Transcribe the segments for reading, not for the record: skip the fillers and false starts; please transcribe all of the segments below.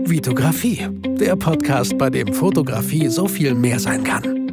Vitografie, der Podcast, bei dem Fotografie so viel mehr sein kann.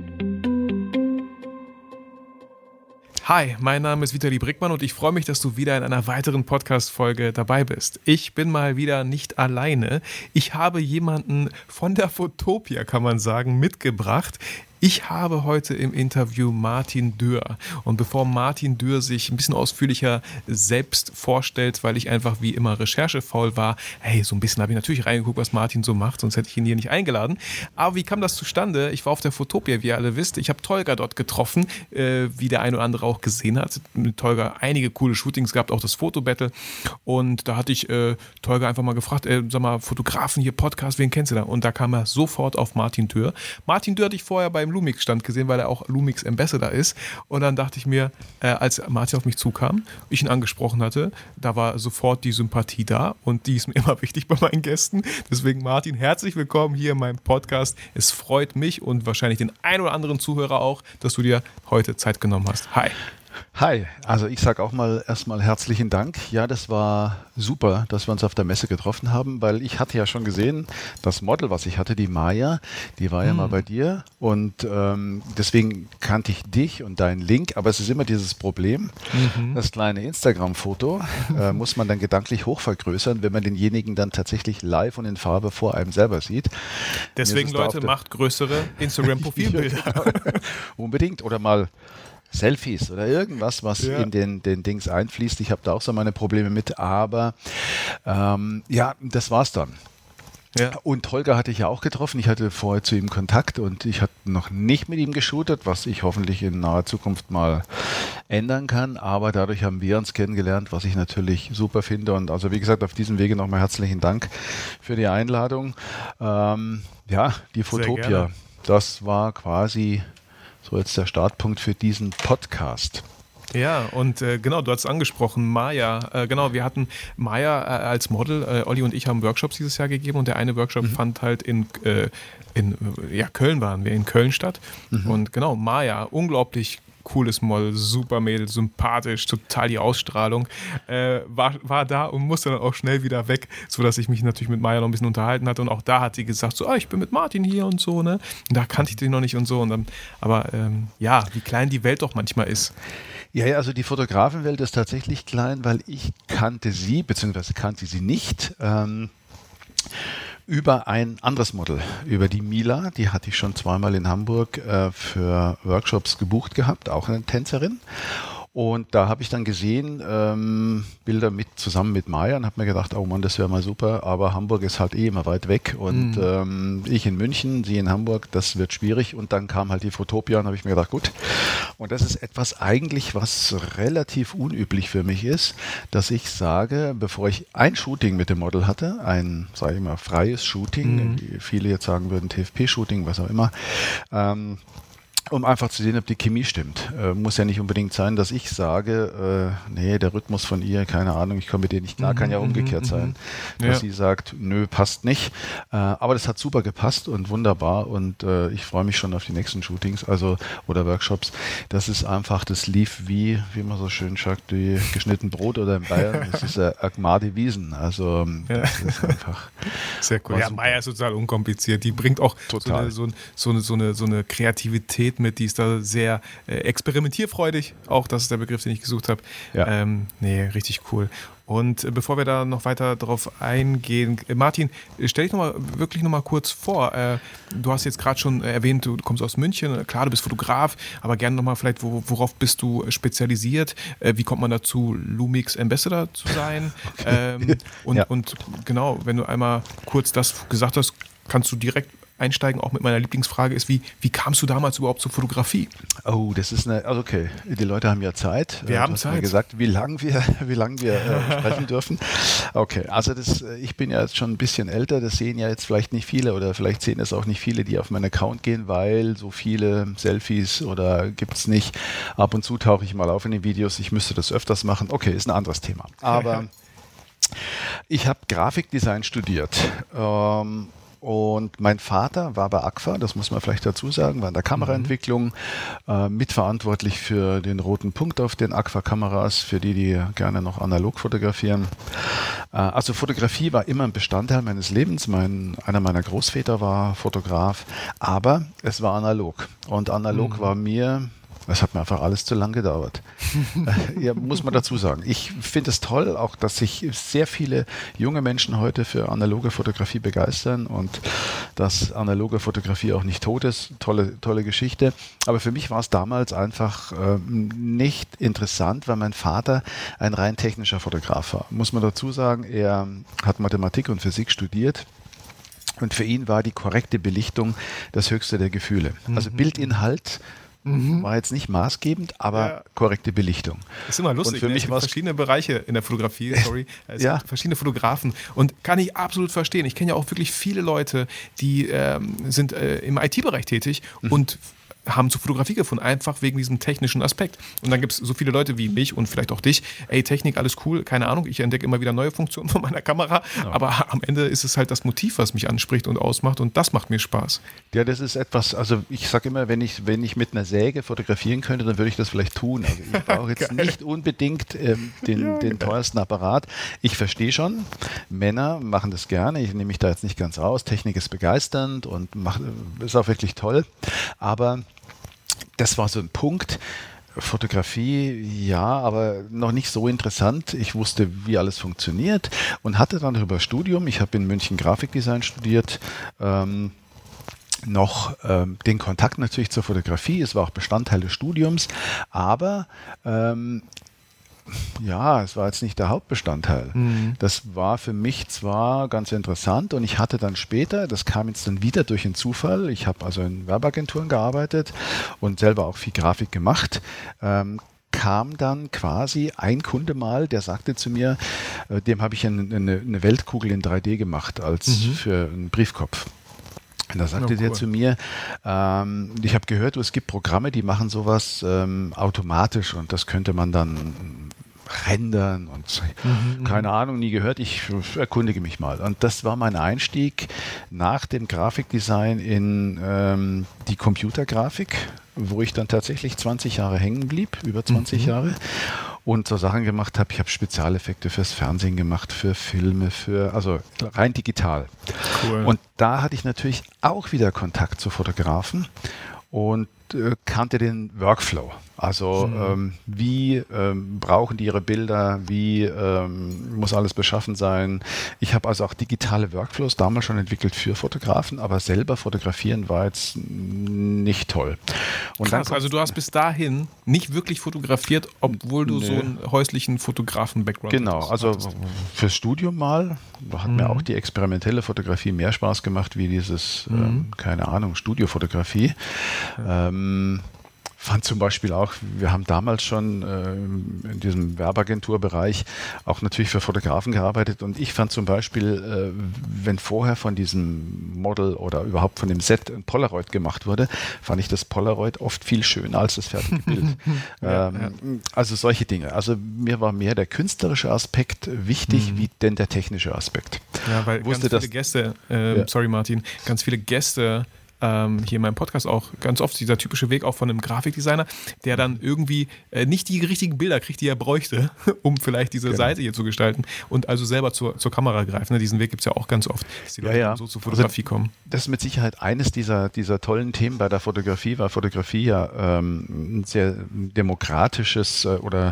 Hi, mein Name ist Vitali Brickmann und ich freue mich, dass du wieder in einer weiteren Podcast-Folge dabei bist. Ich bin mal wieder nicht alleine. Ich habe jemanden von der Fotopia, kann man sagen, mitgebracht. Ich habe heute im Interview Martin Dürr. Und bevor Martin Dürr sich ein bisschen ausführlicher selbst vorstellt, weil ich einfach wie immer recherchefaul war, hey, so ein bisschen habe ich natürlich reingeguckt, was Martin so macht, sonst hätte ich ihn hier nicht eingeladen. Aber wie kam das zustande? Ich war auf der Fotopia, wie ihr alle wisst. Ich habe Tolga dort getroffen, wie der eine oder andere auch gesehen hat. Mit Tolga einige coole Shootings gehabt, auch das Fotobattle. Und da hatte ich Tolga einfach mal gefragt, sag mal, Fotografen hier, Podcast, wen kennst du da? Und da kam er sofort auf Martin Dürr. Martin Dürr hatte ich vorher beim Lumix-Stand gesehen, weil er auch Lumix Ambassador ist. Und dann dachte ich mir, als Martin auf mich zukam, ich ihn angesprochen hatte, da war sofort die Sympathie da und die ist mir immer wichtig bei meinen Gästen. Deswegen Martin, herzlich willkommen hier in meinem Podcast. Es freut mich und wahrscheinlich den ein oder anderen Zuhörer auch, dass du dir heute Zeit genommen hast. Hi. Hi, also ich sage auch mal erstmal herzlichen Dank. Ja, das war super, dass wir uns auf der Messe getroffen haben, weil ich hatte ja schon gesehen, das Model, was ich hatte, die Maya, die war ja mal bei dir und deswegen kannte ich dich und deinen Link, aber es ist immer dieses Problem, das kleine Instagram-Foto muss man dann gedanklich hochvergrößern, wenn man denjenigen dann tatsächlich live und in Farbe vor einem selber sieht. Deswegen Leute, macht größere Instagram-Profilbilder. Unbedingt, oder mal Selfies oder irgendwas, was in den Dings einfließt. Ich habe da auch so meine Probleme mit, aber ja, das war's dann. Ja. Und Holger hatte ich ja auch getroffen. Ich hatte vorher zu ihm Kontakt und ich hatte noch nicht mit ihm geshootet, was ich hoffentlich in naher Zukunft mal ändern kann. Aber dadurch haben wir uns kennengelernt, was ich natürlich super finde. Und also wie gesagt, auf diesem Wege nochmal herzlichen Dank für die Einladung. Ja, die Fotopia, das war quasi so jetzt der Startpunkt für diesen Podcast. Ja, und genau, du hast es angesprochen, Maya. Genau, wir hatten Maya als Model. Olli und ich haben Workshops dieses Jahr gegeben und der eine Workshop fand halt in Köln, waren wir in Köln statt. Und genau, Maya, unglaublich cooles Model, super Mädel, sympathisch, total die Ausstrahlung, war da und musste dann auch schnell wieder weg, sodass ich mich natürlich mit Maya noch ein bisschen unterhalten hatte und auch da hat sie gesagt, so, ich bin mit Martin hier und so, ne? Und da kannte ich den noch nicht und so. Und dann, aber wie klein die Welt doch manchmal ist. Ja, also die Fotografenwelt ist tatsächlich klein, weil ich kannte sie, beziehungsweise kannte sie nicht, über ein anderes Model, über die Mila, die hatte ich schon zweimal in Hamburg für Workshops gebucht gehabt, auch eine Tänzerin. Und da habe ich dann gesehen, Bilder zusammen mit Maya und habe mir gedacht, oh Mann, das wäre mal super, aber Hamburg ist halt immer weit weg und ich in München, sie in Hamburg, das wird schwierig und dann kam halt die Fotopia und habe ich mir gedacht, gut. Und das ist etwas eigentlich, was relativ unüblich für mich ist, dass ich sage, bevor ich ein Shooting mit dem Model hatte, ein, sage ich mal, freies Shooting, wie viele jetzt sagen würden, TFP-Shooting, was auch immer, um einfach zu sehen, ob die Chemie stimmt. Muss ja nicht unbedingt sein, dass ich sage, nee, der Rhythmus von ihr, keine Ahnung, ich komme mit ihr nicht klar, kann ja umgekehrt sein, dass sie sagt, nö, passt nicht. Aber das hat super gepasst und wunderbar und ich freue mich schon auf die nächsten Shootings, oder Workshops. Das ist einfach, das lief wie man so schön sagt, wie geschnitten Brot oder in Bayern, das ist Agmade Wiesen. Also das ist einfach sehr cool. Ja, Maya ist total unkompliziert. Die bringt auch so eine Kreativität mit, die ist da sehr experimentierfreudig, auch das ist der Begriff, den ich gesucht habe. Ja. Richtig cool. Und bevor wir da noch weiter drauf eingehen, Martin, stell dich wirklich noch mal kurz vor. Du hast jetzt gerade schon erwähnt, du kommst aus München, klar, du bist Fotograf, aber gerne noch mal vielleicht, worauf bist du spezialisiert? Wie kommt man dazu, Lumix Ambassador zu sein? Okay. Und genau, wenn du einmal kurz das gesagt hast, kannst du direkt einsteigen, auch mit meiner Lieblingsfrage ist, wie kamst du damals überhaupt zur Fotografie? Oh, das ist okay, die Leute haben ja Zeit. Wir haben Zeit. Mir gesagt, wie lang wir sprechen dürfen. Okay, also ich bin ja jetzt schon ein bisschen älter, das sehen ja jetzt vielleicht nicht viele oder vielleicht sehen es auch nicht viele, die auf meinen Account gehen, weil so viele Selfies oder gibt es nicht. Ab und zu tauche ich mal auf in den Videos, ich müsste das öfters machen. Okay, ist ein anderes Thema. Aber ich habe Grafikdesign studiert. Und mein Vater war bei Agfa, das muss man vielleicht dazu sagen, war in der Kameraentwicklung mitverantwortlich für den roten Punkt auf den Agfa-Kameras, für die gerne noch analog fotografieren. Also Fotografie war immer ein Bestandteil meines Lebens. Einer meiner Großväter war Fotograf, aber es war analog. Und analog war mir... Es hat mir einfach alles zu lang gedauert. Ja, muss man dazu sagen. Ich finde es toll, auch dass sich sehr viele junge Menschen heute für analoge Fotografie begeistern und dass analoge Fotografie auch nicht tot ist. Tolle Geschichte. Aber für mich war es damals einfach nicht interessant, weil mein Vater ein rein technischer Fotograf war. Muss man dazu sagen, er hat Mathematik und Physik studiert. Und für ihn war die korrekte Belichtung das höchste der Gefühle. Also Bildinhalt war jetzt nicht maßgebend, aber korrekte Belichtung. Das ist immer lustig. Und für mich es gibt verschiedene Bereiche in der Fotografie, es gibt verschiedene Fotografen und kann ich absolut verstehen. Ich kenne ja auch wirklich viele Leute, die sind im IT-Bereich tätig und haben zur Fotografie gefunden, einfach wegen diesem technischen Aspekt. Und dann gibt es so viele Leute wie mich und vielleicht auch dich, Technik, alles cool, keine Ahnung, ich entdecke immer wieder neue Funktionen von meiner Kamera, aber am Ende ist es halt das Motiv, was mich anspricht und ausmacht und das macht mir Spaß. Ja, das ist etwas, also ich sage immer, wenn ich mit einer Säge fotografieren könnte, dann würde ich das vielleicht tun. Also ich brauche jetzt nicht unbedingt den teuersten Apparat. Ich verstehe schon, Männer machen das gerne, ich nehme mich da jetzt nicht ganz raus, Technik ist begeisternd und ist auch wirklich toll, aber das war so ein Punkt. Fotografie, ja, aber noch nicht so interessant. Ich wusste, wie alles funktioniert und hatte dann darüber Studium. Ich habe in München Grafikdesign studiert. Noch den Kontakt natürlich zur Fotografie. Es war auch Bestandteil des Studiums, aber es war jetzt nicht der Hauptbestandteil. Das war für mich zwar ganz interessant und ich hatte dann später, das kam jetzt dann wieder durch einen Zufall, ich habe also in Werbeagenturen gearbeitet und selber auch viel Grafik gemacht, kam dann quasi ein Kunde mal, der sagte zu mir, dem habe ich eine Weltkugel in 3D gemacht für einen Briefkopf. Und da sagte der zu mir, ich habe gehört, es gibt Programme, die machen sowas automatisch und das könnte man dann rendern und keine Ahnung, nie gehört, ich erkundige mich mal. Und das war mein Einstieg nach dem Grafikdesign in die Computergrafik, wo ich dann tatsächlich 20 Jahre hängen blieb, über 20 Jahre. Und so Sachen gemacht habe. Ich habe Spezialeffekte fürs Fernsehen gemacht, für Filme, also rein digital. Cool. Und da hatte ich natürlich auch wieder Kontakt zu Fotografen und kannte den Workflow. Also wie brauchen die ihre Bilder, wie muss alles beschaffen sein. Ich habe also auch digitale Workflows damals schon entwickelt für Fotografen, aber selber fotografieren war jetzt nicht toll. Und krass, also du hast bis dahin nicht wirklich fotografiert, obwohl du so einen häuslichen Fotografen-Background hattest. Genau, also fürs Studium mal, da hat mir auch die experimentelle Fotografie mehr Spaß gemacht wie dieses, keine Ahnung, Studiofotografie. Fand zum Beispiel auch, wir haben damals schon in diesem Werbeagenturbereich auch natürlich für Fotografen gearbeitet und ich fand zum Beispiel, wenn vorher von diesem Model oder überhaupt von dem Set ein Polaroid gemacht wurde, fand ich das Polaroid oft viel schöner als das fertige Bild. Also solche Dinge. Also mir war mehr der künstlerische Aspekt wichtig, wie denn der technische Aspekt. Ja, weil ganz viele Gäste, sorry Martin, ganz viele Gäste hier in meinem Podcast auch ganz oft dieser typische Weg auch von einem Grafikdesigner, der dann irgendwie nicht die richtigen Bilder kriegt, die er bräuchte, um vielleicht diese Seite hier zu gestalten und also selber zur Kamera greifen. Diesen Weg gibt es ja auch ganz oft, dass die Leute so zur Fotografie kommen. Das ist mit Sicherheit eines dieser tollen Themen bei der Fotografie, weil Fotografie ja ein sehr demokratisches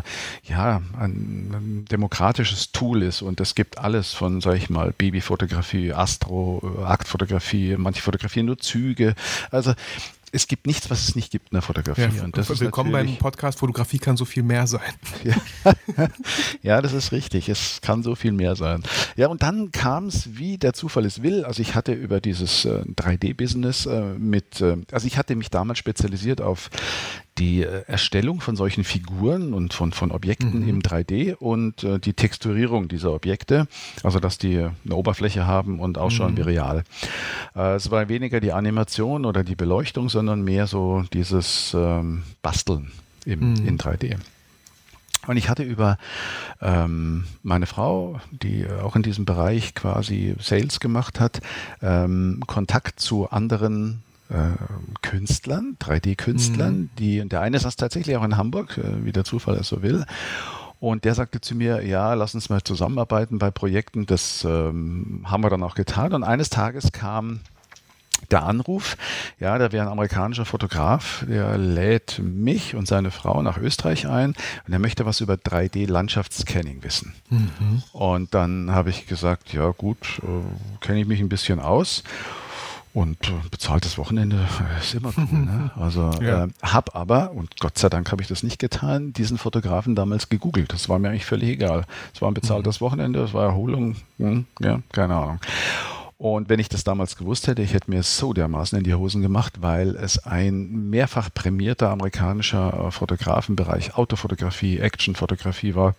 ein demokratisches Tool ist und es gibt alles von, sag ich mal, Babyfotografie, Astro, Aktfotografie, manche fotografieren nur Züge. Also es gibt nichts, was es nicht gibt in der Fotografie. Ja, und das willkommen beim Podcast Fotografie kann so viel mehr sein. Ja, das ist richtig. Es kann so viel mehr sein. Ja, und dann kam es, wie der Zufall es will. Also ich hatte über dieses 3D-Business also ich hatte mich damals spezialisiert auf die Erstellung von solchen Figuren und von Objekten im 3D und die Texturierung dieser Objekte, also dass die eine Oberfläche haben und ausschauen wie real. Es war weniger die Animation oder die Beleuchtung, sondern mehr so dieses Basteln in 3D. Und ich hatte über meine Frau, die auch in diesem Bereich quasi Sales gemacht hat, Kontakt zu anderen Künstlern, 3D-Künstlern, der eine saß tatsächlich auch in Hamburg, wie der Zufall es so will. Und der sagte zu mir, ja, lass uns mal zusammenarbeiten bei Projekten. Das haben wir dann auch getan. Und eines Tages kam der Anruf, ja, da wäre ein amerikanischer Fotograf, der lädt mich und seine Frau nach Österreich ein und er möchte was über 3D-Landschaftsscanning wissen. Und dann habe ich gesagt, ja gut, kenne ich mich ein bisschen aus. Und bezahltes Wochenende ist immer cool. Ne? Also habe aber, und Gott sei Dank habe ich das nicht getan, diesen Fotografen damals gegoogelt. Das war mir eigentlich völlig egal. Es war ein bezahltes Wochenende, es war Erholung, ja, keine Ahnung. Und wenn ich das damals gewusst hätte, ich hätte mir so dermaßen in die Hosen gemacht, weil es ein mehrfach prämierter amerikanischer Fotograf im Bereich Autofotografie, Actionfotografie war.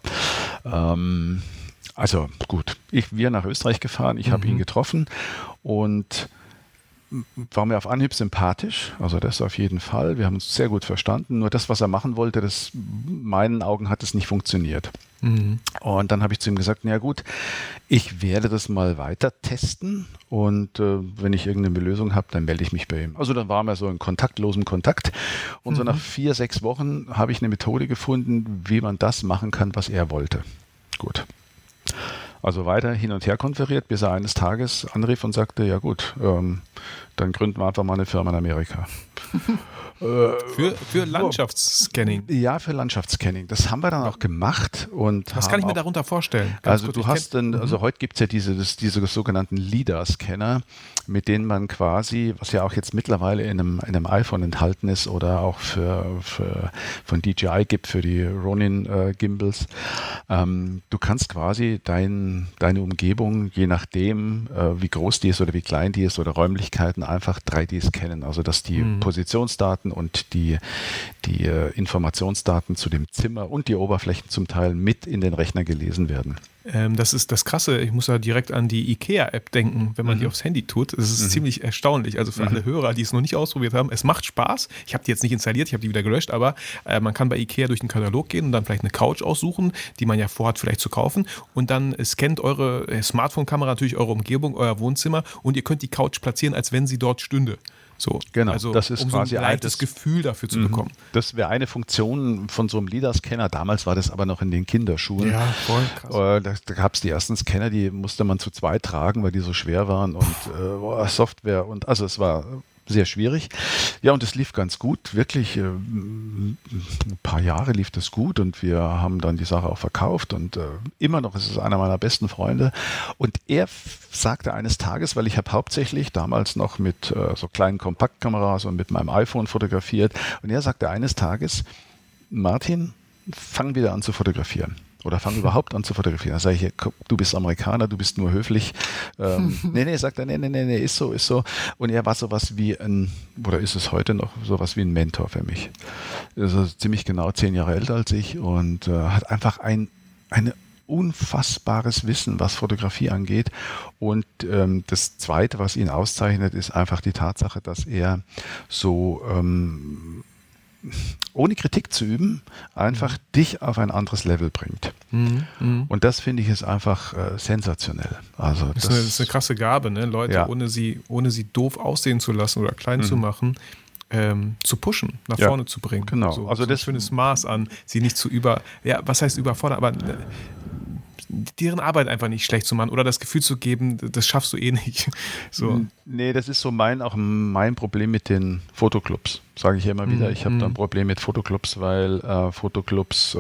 Also gut, wir nach Österreich gefahren, ich habe ihn getroffen und war mir auf Anhieb sympathisch, also das auf jeden Fall. Wir haben uns sehr gut verstanden. Nur das, was er machen wollte, das in meinen Augen hat es nicht funktioniert. Und dann habe ich zu ihm gesagt, na gut, ich werde das mal weiter testen und wenn ich irgendeine Lösung habe, dann melde ich mich bei ihm. Also dann waren wir so in kontaktlosem Kontakt und so nach 4-6 Wochen habe ich eine Methode gefunden, wie man das machen kann, was er wollte. Gut. Also weiter hin und her konferiert, bis er eines Tages anrief und sagte, ja gut, dann gründen wir einfach mal eine Firma in Amerika. Für Landschaftsscanning? Ja, für Landschaftsscanning. Das haben wir dann auch gemacht. Und was kann ich mir darunter vorstellen? Also du hast heute gibt es ja diese sogenannten LiDAR-Scanner, mit denen man quasi, was ja auch jetzt mittlerweile in einem iPhone enthalten ist oder auch von DJI gibt für die Ronin Gimbals, du kannst quasi deine Umgebung, je nachdem wie groß die ist oder wie klein die ist oder Räumlichkeiten, einfach 3D scannen. Also dass die Positionsdaten und die Informationsdaten zu dem Zimmer und die Oberflächen zum Teil mit in den Rechner gelesen werden. Das ist das Krasse. Ich muss da direkt an die IKEA-App denken, wenn man die aufs Handy tut. Das ist ziemlich erstaunlich. Also für alle Hörer, die es noch nicht ausprobiert haben, es macht Spaß. Ich habe die jetzt nicht installiert, ich habe die wieder gelöscht, aber man kann bei IKEA durch den Katalog gehen und dann vielleicht eine Couch aussuchen, die man ja vorhat vielleicht zu kaufen. Und dann scannt eure Smartphone-Kamera natürlich eure Umgebung, euer Wohnzimmer und ihr könnt die Couch platzieren, als wenn sie dort stünde. So, genau, also das ist um quasi so ein leichtes Gefühl dafür zu bekommen. Das wäre eine Funktion von so einem LiDAR-Scanner. Damals war das aber noch in den Kinderschuhen. Ja, voll krass. Da gab es die ersten Scanner, die musste man zu zweit tragen, weil die so schwer waren und Software und also es war sehr schwierig. Ja, und es lief ganz gut, wirklich ein paar Jahre lief das gut und wir haben dann die Sache auch verkauft und immer noch ist es einer meiner besten Freunde und er sagte eines Tages, weil ich habe hauptsächlich damals noch mit so kleinen Kompaktkameras und mit meinem iPhone fotografiert und er sagte eines Tages, Martin, fang wieder an zu fotografieren. Oder fang überhaupt an zu fotografieren. Da sage ich, du bist Amerikaner, du bist nur höflich. Sagt er, nee, ist so. Und er war sowas wie oder ist es heute noch, sowas wie ein Mentor für mich. Also ziemlich genau 10 Jahre älter als ich und hat einfach ein unfassbares Wissen, was Fotografie angeht. Und das Zweite, was ihn auszeichnet, ist einfach die Tatsache, dass er so ohne Kritik zu üben, einfach dich auf ein anderes Level bringt. Und das finde ich ist einfach sensationell. Also das ist eine krasse Gabe, ne? Leute, ohne sie doof aussehen zu lassen oder klein zu machen, zu pushen, nach vorne zu bringen. Genau. So, also das schönes Maß an, sie nicht zu was heißt überfordern, aber deren Arbeit einfach nicht schlecht zu machen oder das Gefühl zu geben, das schaffst du eh nicht. So. Nee, das ist so mein Problem mit den Fotoclubs, sage ich immer wieder. Ich habe da ein Problem mit Fotoclubs, weil Fotoclubs,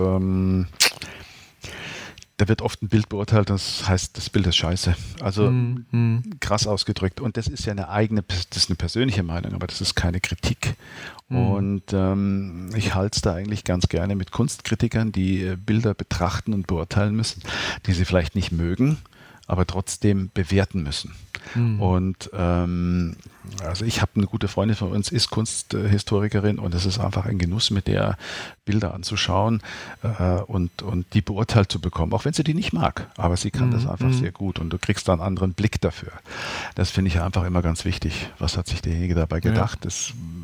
da wird oft ein Bild beurteilt, das heißt, das Bild ist scheiße. Also krass ausgedrückt. Und das ist ja das ist eine persönliche Meinung, aber das ist keine Kritik. Und ich halte es da eigentlich ganz gerne mit Kunstkritikern, die Bilder betrachten und beurteilen müssen, die sie vielleicht nicht mögen, aber trotzdem bewerten müssen. Und also ich habe eine gute Freundin von uns, ist Kunsthistorikerin und es ist einfach ein Genuss, mit der Bilder anzuschauen und die beurteilt zu bekommen, auch wenn sie die nicht mag, aber sie kann das einfach sehr gut und du kriegst da einen anderen Blick dafür. Das finde ich einfach immer ganz wichtig. Was hat sich derjenige dabei gedacht? Das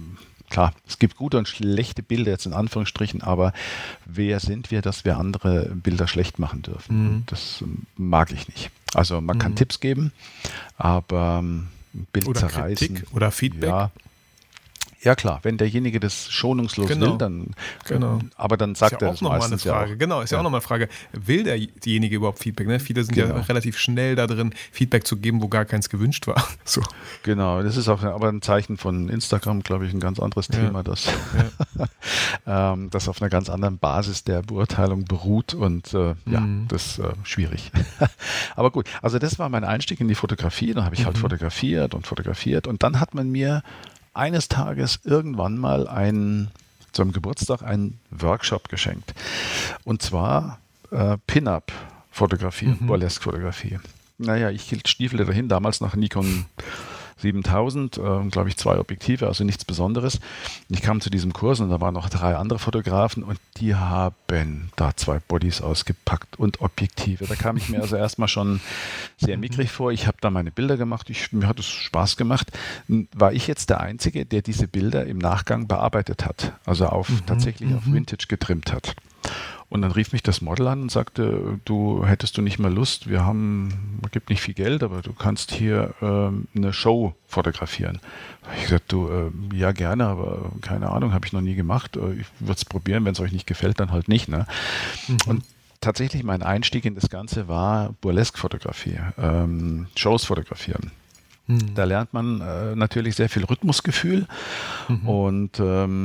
klar, es gibt gute und schlechte Bilder jetzt in Anführungsstrichen, aber wer sind wir, dass wir andere Bilder schlecht machen dürfen? Und das mag ich nicht. Also man kann Tipps geben, aber Bild Oder zerreißen. Kritik oder Feedback. Ja klar, wenn derjenige das schonungslos will, dann aber dann sagt er auch nochmal eine Frage. Genau, ist ja auch nochmal eine Frage. Will derjenige überhaupt Feedback? Ne? Viele sind ja relativ schnell da drin, Feedback zu geben, wo gar keins gewünscht war. So. Genau, das ist auch aber ein Zeichen von Instagram, glaube ich, ein ganz anderes Thema, das auf einer ganz anderen Basis der Beurteilung beruht und das ist schwierig. Aber gut, also das war mein Einstieg in die Fotografie, dann habe ich halt fotografiert und dann hat man mir eines Tages irgendwann mal zu einem Geburtstag einen Workshop geschenkt. Und zwar Pin-Up-Fotografie, Burlesque-Fotografie. Naja, ich hielt Stiefel dahin, damals noch Nikon 7000, glaube ich 2 Objektive, also nichts Besonderes. Ich kam zu diesem Kurs und da waren noch 3 andere Fotografen und die haben da 2 Bodies ausgepackt und Objektive. Da kam ich mir also erstmal schon sehr mickrig vor. Ich habe da meine Bilder gemacht, mir hat es Spaß gemacht. War ich jetzt der Einzige, der diese Bilder im Nachgang bearbeitet hat, also tatsächlich auf Vintage getrimmt hat. Und dann rief mich das Model an und sagte, hättest du nicht mal Lust, man gibt nicht viel Geld, aber du kannst hier eine Show fotografieren. Ich sagte, ja gerne, aber keine Ahnung, habe ich noch nie gemacht. Ich würde es probieren, wenn es euch nicht gefällt, dann halt nicht. Ne? Und tatsächlich mein Einstieg in das Ganze war Burlesque-Fotografie, Shows fotografieren. Da lernt man natürlich sehr viel Rhythmusgefühl und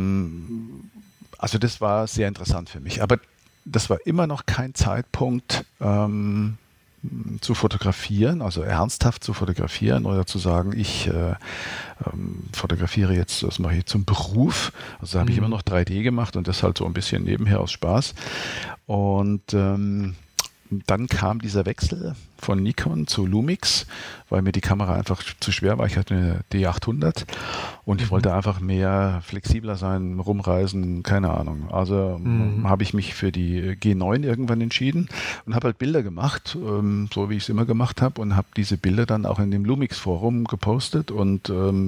also das war sehr interessant für mich. Aber das war immer noch kein Zeitpunkt zu fotografieren, also ernsthaft zu fotografieren oder zu sagen, ich fotografiere jetzt, das mache ich zum Beruf. Also da habe ich immer noch 3D gemacht und das halt so ein bisschen nebenher aus Spaß. Und dann kam dieser Wechsel von Nikon zu Lumix, weil mir die Kamera einfach zu schwer war. Ich hatte eine D800 und ich wollte einfach mehr flexibler sein, rumreisen, keine Ahnung. Also habe ich mich für die G9 irgendwann entschieden und habe halt Bilder gemacht, so wie ich es immer gemacht habe und habe diese Bilder dann auch in dem Lumix-Forum gepostet und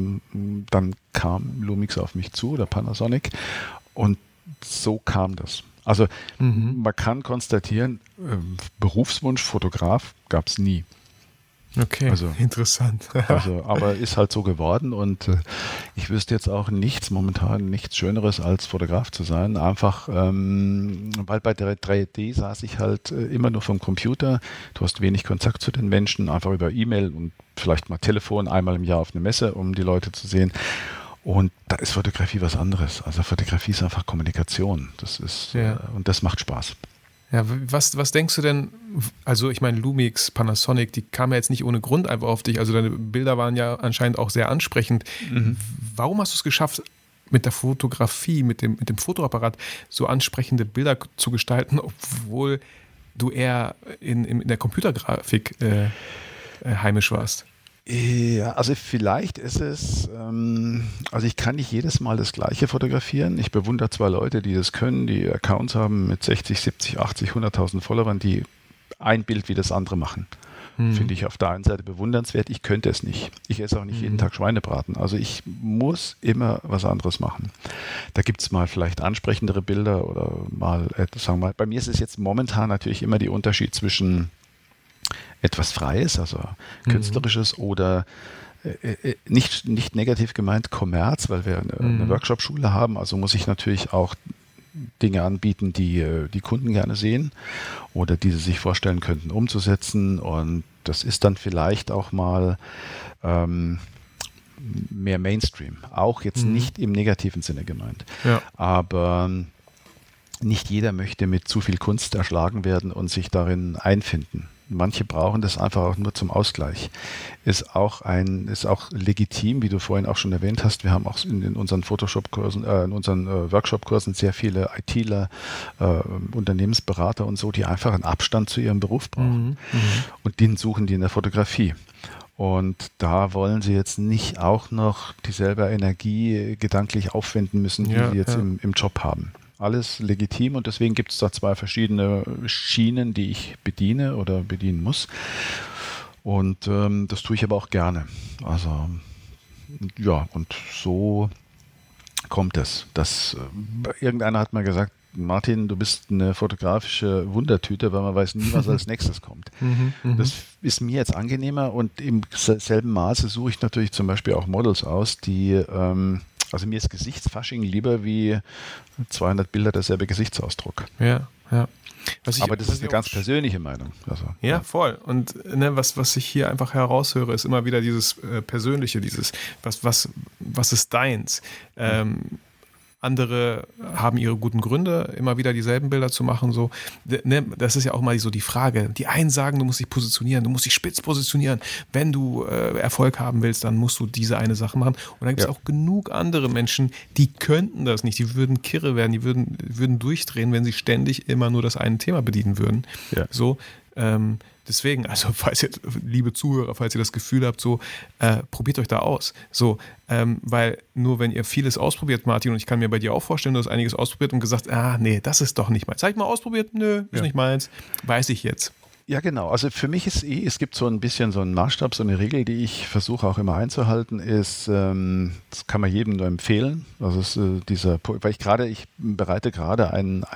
dann kam Lumix auf mich zu oder Panasonic und so kam das. Also man kann konstatieren, Berufswunsch Fotograf gab es nie. Okay, also, interessant. Aber ist halt so geworden und ich wüsste jetzt auch momentan nichts Schöneres als Fotograf zu sein. Einfach, weil bei der 3D saß ich halt immer nur vom Computer. Du hast wenig Kontakt zu den Menschen, einfach über E-Mail und vielleicht mal Telefon, einmal im Jahr auf eine Messe, um die Leute zu sehen. Und da ist Fotografie was anderes. Also Fotografie ist einfach Kommunikation. Das ist und das macht Spaß. Ja, was denkst du denn, also ich meine Lumix, Panasonic, die kamen ja jetzt nicht ohne Grund einfach auf dich, also deine Bilder waren ja anscheinend auch sehr ansprechend. Warum hast du es geschafft, mit der Fotografie, mit dem Fotoapparat so ansprechende Bilder zu gestalten, obwohl du eher in der Computergrafik heimisch warst? Ja, also vielleicht ist es, also ich kann nicht jedes Mal das Gleiche fotografieren. Ich bewundere 2 Leute, die das können, die Accounts haben mit 60, 70, 80, 100.000 Followern, die ein Bild wie das andere machen. Finde ich auf der einen Seite bewundernswert. Ich könnte es nicht. Ich esse auch nicht jeden Tag Schweinebraten. Also ich muss immer was anderes machen. Da gibt es mal vielleicht ansprechendere Bilder oder mal, sagen wir mal, bei mir ist es jetzt momentan natürlich immer der Unterschied zwischen etwas Freies, also Künstlerisches oder nicht negativ gemeint Kommerz, weil wir eine Workshop-Schule haben, also muss ich natürlich auch Dinge anbieten, die die Kunden gerne sehen oder die sie sich vorstellen könnten umzusetzen und das ist dann vielleicht auch mal mehr Mainstream, auch jetzt nicht im negativen Sinne gemeint, aber nicht jeder möchte mit zu viel Kunst erschlagen werden und sich darin einfinden. Manche brauchen das einfach auch nur zum Ausgleich. Ist auch legitim, wie du vorhin auch schon erwähnt hast. Wir haben auch in unseren Photoshop-Kursen, in unseren Workshop-Kursen sehr viele ITler, Unternehmensberater und so, die einfach einen Abstand zu ihrem Beruf brauchen. Und den suchen die in der Fotografie. Und da wollen sie jetzt nicht auch noch dieselbe Energie gedanklich aufwenden müssen, die sie jetzt im Job haben. Alles legitim und deswegen gibt es da 2 verschiedene Schienen, die ich bediene oder bedienen muss. Und das tue ich aber auch gerne. Also ja, und so kommt es. Irgendeiner hat mal gesagt, Martin, du bist eine fotografische Wundertüte, weil man weiß nie, was als nächstes kommt. Das ist mir jetzt angenehmer und im selben Maße suche ich natürlich zum Beispiel auch Models aus, die, also mir ist Gesichtsfasching lieber wie 200 Bilder derselbe Gesichtsausdruck. Ja. Aber das ist eine ganz persönliche Meinung. Also, ja, voll. Und was ich hier einfach heraushöre, ist immer wieder dieses Persönliche, dieses, was ist deins? Andere haben ihre guten Gründe, immer wieder dieselben Bilder zu machen. So. Das ist ja auch mal so die Frage. Die einen sagen, du musst dich positionieren, du musst dich spitz positionieren. Wenn du Erfolg haben willst, dann musst du diese eine Sache machen. Und dann gibt es auch genug andere Menschen, die könnten das nicht. Die würden kirre werden, die würden durchdrehen, wenn sie ständig immer nur das eine Thema bedienen würden. Ja. So, deswegen, also liebe Zuhörer, falls ihr das Gefühl habt, so probiert euch da aus. So, weil nur wenn ihr vieles ausprobiert, Martin, und ich kann mir bei dir auch vorstellen, du hast einiges ausprobiert und gesagt, nee, das ist doch nicht meins. Habe ich mal ausprobiert? Nö, ist nicht meins. Weiß ich jetzt. Ja, genau. Also für mich ist es gibt so ein bisschen so einen Maßstab, so eine Regel, die ich versuche auch immer einzuhalten, ist, das kann man jedem nur empfehlen. Also weil ich bereite gerade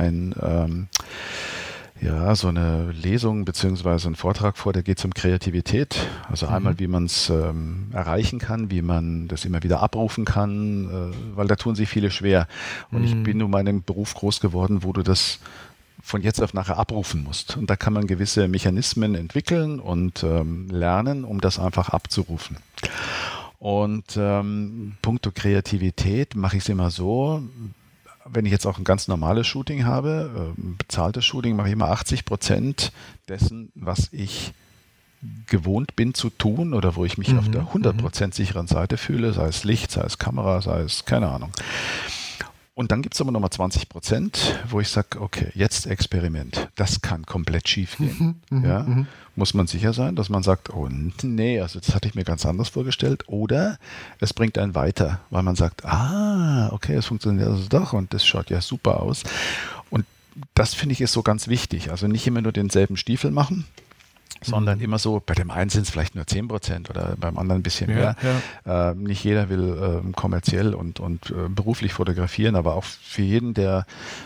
so eine Lesung bzw. einen Vortrag vor, der geht um Kreativität. Also einmal, wie man es erreichen kann, wie man das immer wieder abrufen kann, weil da tun sich viele schwer. Und ich bin nun mal in einem Beruf groß geworden, wo du das von jetzt auf nachher abrufen musst. Und da kann man gewisse Mechanismen entwickeln und lernen, um das einfach abzurufen. Und puncto Kreativität mache ich es immer so, wenn ich jetzt auch ein ganz normales Shooting habe, bezahltes Shooting, mache ich immer 80% dessen, was ich gewohnt bin zu tun oder wo ich mich auf der 100% sicheren Seite fühle, sei es Licht, sei es Kamera, sei es keine Ahnung. Und dann gibt es aber nochmal 20%, wo ich sage, okay, jetzt Experiment. Das kann komplett schief gehen. Muss man sicher sein, dass man sagt, oh nee, also das hatte ich mir ganz anders vorgestellt. Oder es bringt einen weiter, weil man sagt, okay, es funktioniert also doch und das schaut ja super aus. Und das finde ich ist so ganz wichtig. Also nicht immer nur denselben Stiefel machen, sondern immer so, bei dem einen sind es vielleicht nur 10% oder beim anderen ein bisschen mehr. Ja. Nicht jeder will kommerziell und beruflich fotografieren, aber auch für jeden, der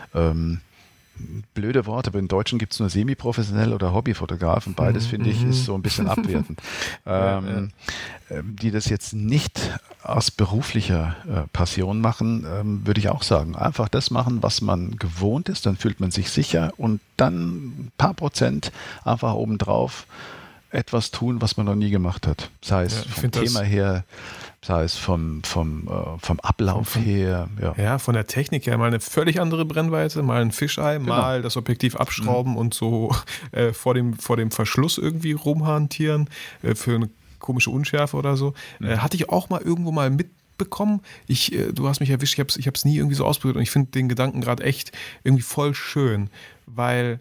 blöde Worte, aber im Deutschen gibt es nur semi-professionell oder Hobbyfotografen. Beides, finde ich, ist so ein bisschen abwertend. Die das jetzt nicht aus beruflicher Passion machen, würde ich auch sagen. Einfach das machen, was man gewohnt ist, dann fühlt man sich sicher und dann ein paar Prozent einfach obendrauf etwas tun, was man noch nie gemacht hat. Sei es vom Thema her, sei es vom Ablauf her. Ja, von der Technik her. Mal eine völlig andere Brennweite, mal ein Fisheye, mal das Objektiv abschrauben und so vor dem Verschluss irgendwie rumhantieren für eine komische Unschärfe oder so. Hatte ich auch mal irgendwo mal mitbekommen. Du hast mich erwischt, ich habe es nie irgendwie so ausprobiert und ich finde den Gedanken gerade echt irgendwie voll schön, weil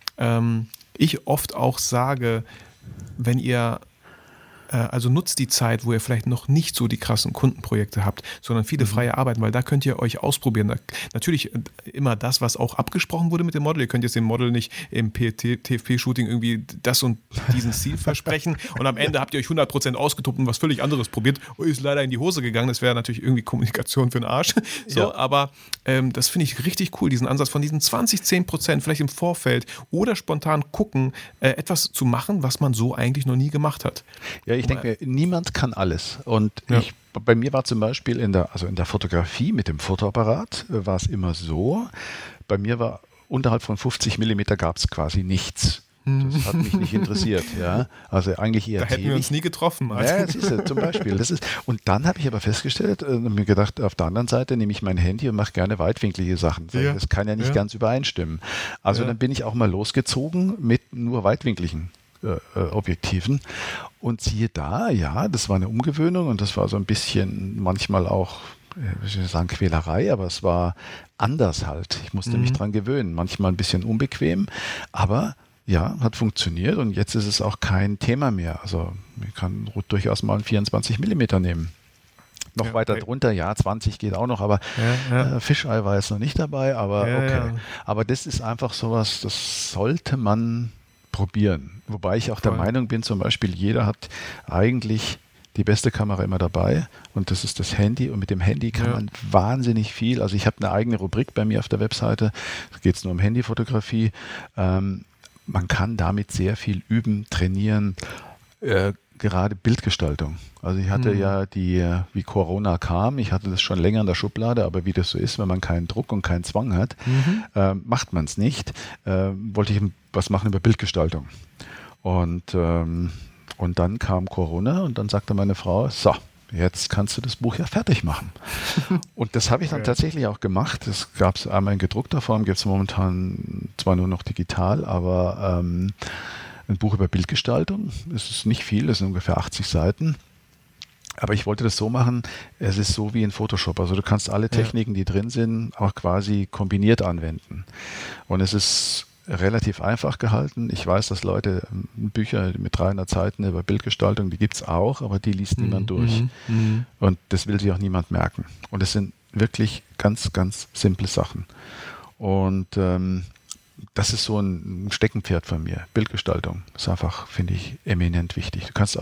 ich oft auch sage, wenn ihr also nutzt die Zeit, wo ihr vielleicht noch nicht so die krassen Kundenprojekte habt, sondern viele freie Arbeiten, weil da könnt ihr euch ausprobieren. Natürlich immer das, was auch abgesprochen wurde mit dem Model. Ihr könnt jetzt dem Model nicht im TFP-Shooting irgendwie das und diesen Stil versprechen und am Ende habt ihr euch 100% ausgetobt und was völlig anderes probiert und ist leider in die Hose gegangen. Das wäre natürlich irgendwie Kommunikation für den Arsch. Aber das finde ich richtig cool, diesen Ansatz von diesen 10% vielleicht im Vorfeld oder spontan gucken, etwas zu machen, was man so eigentlich noch nie gemacht hat. Ja, ich denke, niemand kann alles. Und bei mir war zum Beispiel in der Fotografie mit dem Fotoapparat war es immer so, bei mir war unterhalb von 50 mm gab es quasi nichts. Das hat mich nicht interessiert. Ja. Also eigentlich eher da hätten wir uns nie getroffen. Also. Ja, siehst du, zum Beispiel. Und dann habe ich aber festgestellt und mir gedacht, auf der anderen Seite nehme ich mein Handy und mache gerne weitwinklige Sachen. Das kann ja nicht ganz übereinstimmen. Also dann bin ich auch mal losgezogen mit nur weitwinkligen Objektiven und siehe da, das war eine Umgewöhnung und das war so ein bisschen manchmal auch, ich will sagen Quälerei, aber es war anders halt. Ich musste mich dran gewöhnen, manchmal ein bisschen unbequem, aber hat funktioniert und jetzt ist es auch kein Thema mehr. Also ich kann durchaus mal einen 24 mm nehmen. Noch weiter drunter, 20 geht auch noch, aber Fisheye war jetzt noch nicht dabei, aber okay. Aber das ist einfach sowas, das sollte man probieren. Wobei ich auch der Meinung bin, zum Beispiel jeder hat eigentlich die beste Kamera immer dabei und das ist das Handy und mit dem Handy kann man wahnsinnig viel, also ich habe eine eigene Rubrik bei mir auf der Webseite, da geht es nur um Handyfotografie, man kann damit sehr viel üben, trainieren, gerade Bildgestaltung. Also ich hatte wie Corona kam, ich hatte das schon länger in der Schublade, aber wie das so ist, wenn man keinen Druck und keinen Zwang hat, macht man es nicht. Wollte ich was machen über Bildgestaltung. Und dann kam Corona und dann sagte meine Frau, so, jetzt kannst du das Buch ja fertig machen. Und das habe ich dann tatsächlich auch gemacht. Das gab es einmal in gedruckter Form, gibt es momentan zwar nur noch digital, aber ein Buch über Bildgestaltung. Es ist nicht viel, es sind ungefähr 80 Seiten. Aber ich wollte das so machen, es ist so wie in Photoshop. Also du kannst alle Techniken, die drin sind, auch quasi kombiniert anwenden. Und es ist relativ einfach gehalten. Ich weiß, dass Leute Bücher mit 300 Seiten über Bildgestaltung, die gibt es auch, aber die liest niemand durch. Und das will sich auch niemand merken. Und es sind wirklich ganz, ganz simple Sachen. Und das ist so ein Steckenpferd von mir. Bildgestaltung ist einfach, finde ich, eminent wichtig. Du kannst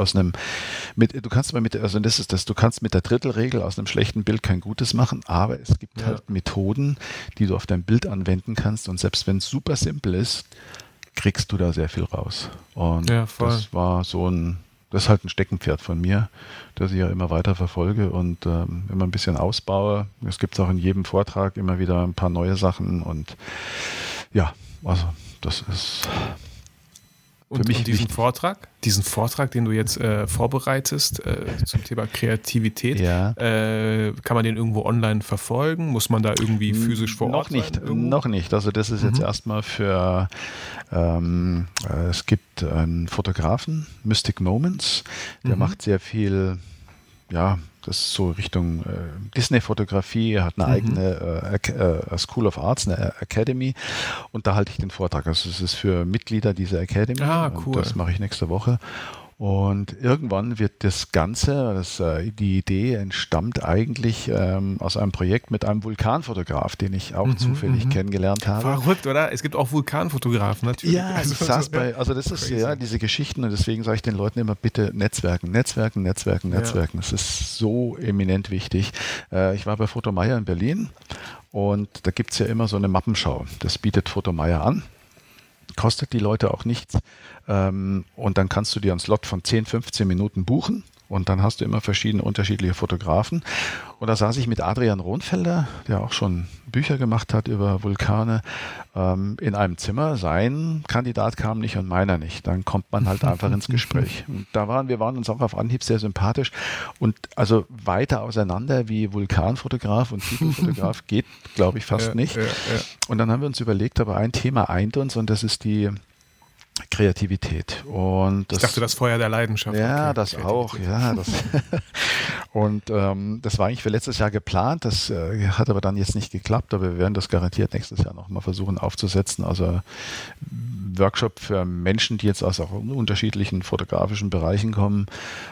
mit der Drittelregel aus einem schlechten Bild kein Gutes machen, aber es gibt halt Methoden, die du auf dein Bild anwenden kannst und selbst wenn es super simpel ist, kriegst du da sehr viel raus. Und das ist halt ein Steckenpferd von mir, das ich ja immer weiter verfolge und immer ein bisschen ausbaue. Es gibt auch in jedem Vortrag immer wieder ein paar neue Sachen und ja, also das ist für mich diesen Vortrag, den du jetzt vorbereitest zum Thema Kreativität, kann man den irgendwo online verfolgen? Muss man da irgendwie physisch vor Ort sein? Noch nicht. Also das ist jetzt erstmal für, es gibt einen Fotografen, Mystic Moments, der macht sehr viel, das ist so Richtung Disney-Fotografie, er hat eine eigene School of Arts, eine Academy und da halte ich den Vortrag. Also es ist für Mitglieder dieser Academy. Cool. Und das mache ich nächste Woche. Und irgendwann wird das Ganze, die Idee entstammt eigentlich aus einem Projekt mit einem Vulkanfotograf, den ich auch zufällig kennengelernt habe. Verrückt, oder? Es gibt auch Vulkanfotografen, natürlich. Ja, das ist diese Geschichten und deswegen sage ich den Leuten immer, bitte Netzwerken. Das ist so eminent wichtig. Ich war bei Fotomeyer in Berlin und da gibt es ja immer so eine Mappenschau. Das bietet Fotomeyer an. Kostet die Leute auch nichts und dann kannst du dir einen Slot von 10, 15 Minuten buchen und dann hast du immer unterschiedliche Fotografen und da saß ich mit Adrian Rohnfelder, der auch schon Bücher gemacht hat über Vulkane, in einem Zimmer. Sein Kandidat kam nicht und meiner nicht. Dann kommt man halt einfach ins Gespräch. Und wir waren uns auch auf Anhieb sehr sympathisch und also weiter auseinander wie Vulkanfotograf und Titelfotograf geht, glaube ich, fast nicht. Und dann haben wir uns überlegt, aber ein Thema eint uns und das ist die Kreativität. Und ich dachte, das Feuer der Leidenschaft. Ja, das auch. Ja, und das war eigentlich für letztes Jahr geplant. Das hat aber dann jetzt nicht geklappt. Aber wir werden das garantiert nächstes Jahr nochmal versuchen aufzusetzen. Also Workshop für Menschen, die jetzt aus auch unterschiedlichen fotografischen Bereichen kommen,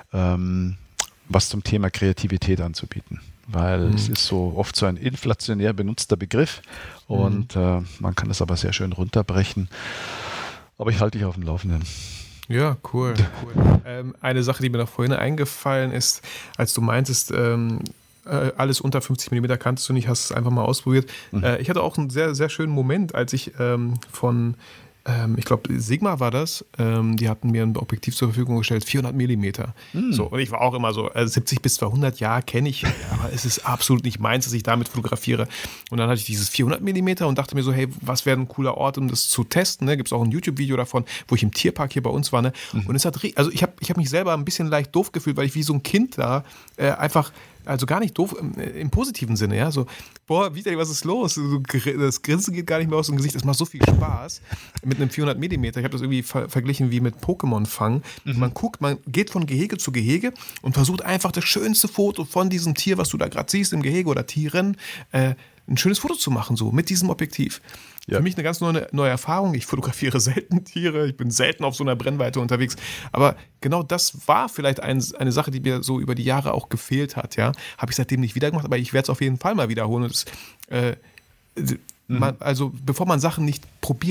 was zum Thema Kreativität anzubieten. Weil es ist so oft so ein inflationär benutzter Begriff und man kann das aber sehr schön runterbrechen. Aber ich halte dich auf dem Laufenden. Ja, cool. Eine Sache, die mir noch vorhin eingefallen ist, als du meintest, alles unter 50 mm kannst du nicht, hast es einfach mal ausprobiert. Ich hatte auch einen sehr, sehr schönen Moment, als ich von ich glaube, Sigma war das, die hatten mir ein Objektiv zur Verfügung gestellt, 400 mm. So, und ich war auch immer so, 70 bis 200, ja, kenne ich, aber es ist absolut nicht meins, dass ich damit fotografiere. Und dann hatte ich dieses 400 mm und dachte mir so, hey, was wäre ein cooler Ort, um das zu testen, ne? Gibt es auch ein YouTube-Video davon, wo ich im Tierpark hier bei uns war, ne? Und es hat, also ich hab mich selber ein bisschen leicht doof gefühlt, weil ich wie so ein Kind da einfach, also gar nicht doof, im positiven Sinne, ja, so, boah, Vitali, was ist los? Das Grinsen geht gar nicht mehr aus dem Gesicht, das macht so viel Spaß mit einem 400 mm. Ich habe das irgendwie verglichen wie mit Pokémon-Fang. Man guckt, man geht von Gehege zu Gehege und versucht einfach das schönste Foto von diesem Tier, was du da gerade siehst im Gehege oder Tieren, ein schönes Foto zu machen, so mit diesem Objektiv. Ja. Für mich eine ganz neue Erfahrung. Ich fotografiere selten Tiere, ich bin selten auf so einer Brennweite unterwegs. Aber genau das war vielleicht eine Sache, die mir so über die Jahre auch gefehlt hat. Ja? Habe ich seitdem nicht wieder gemacht, aber ich werde es auf jeden Fall mal wiederholen. Und also bevor man Sachen nicht probiert,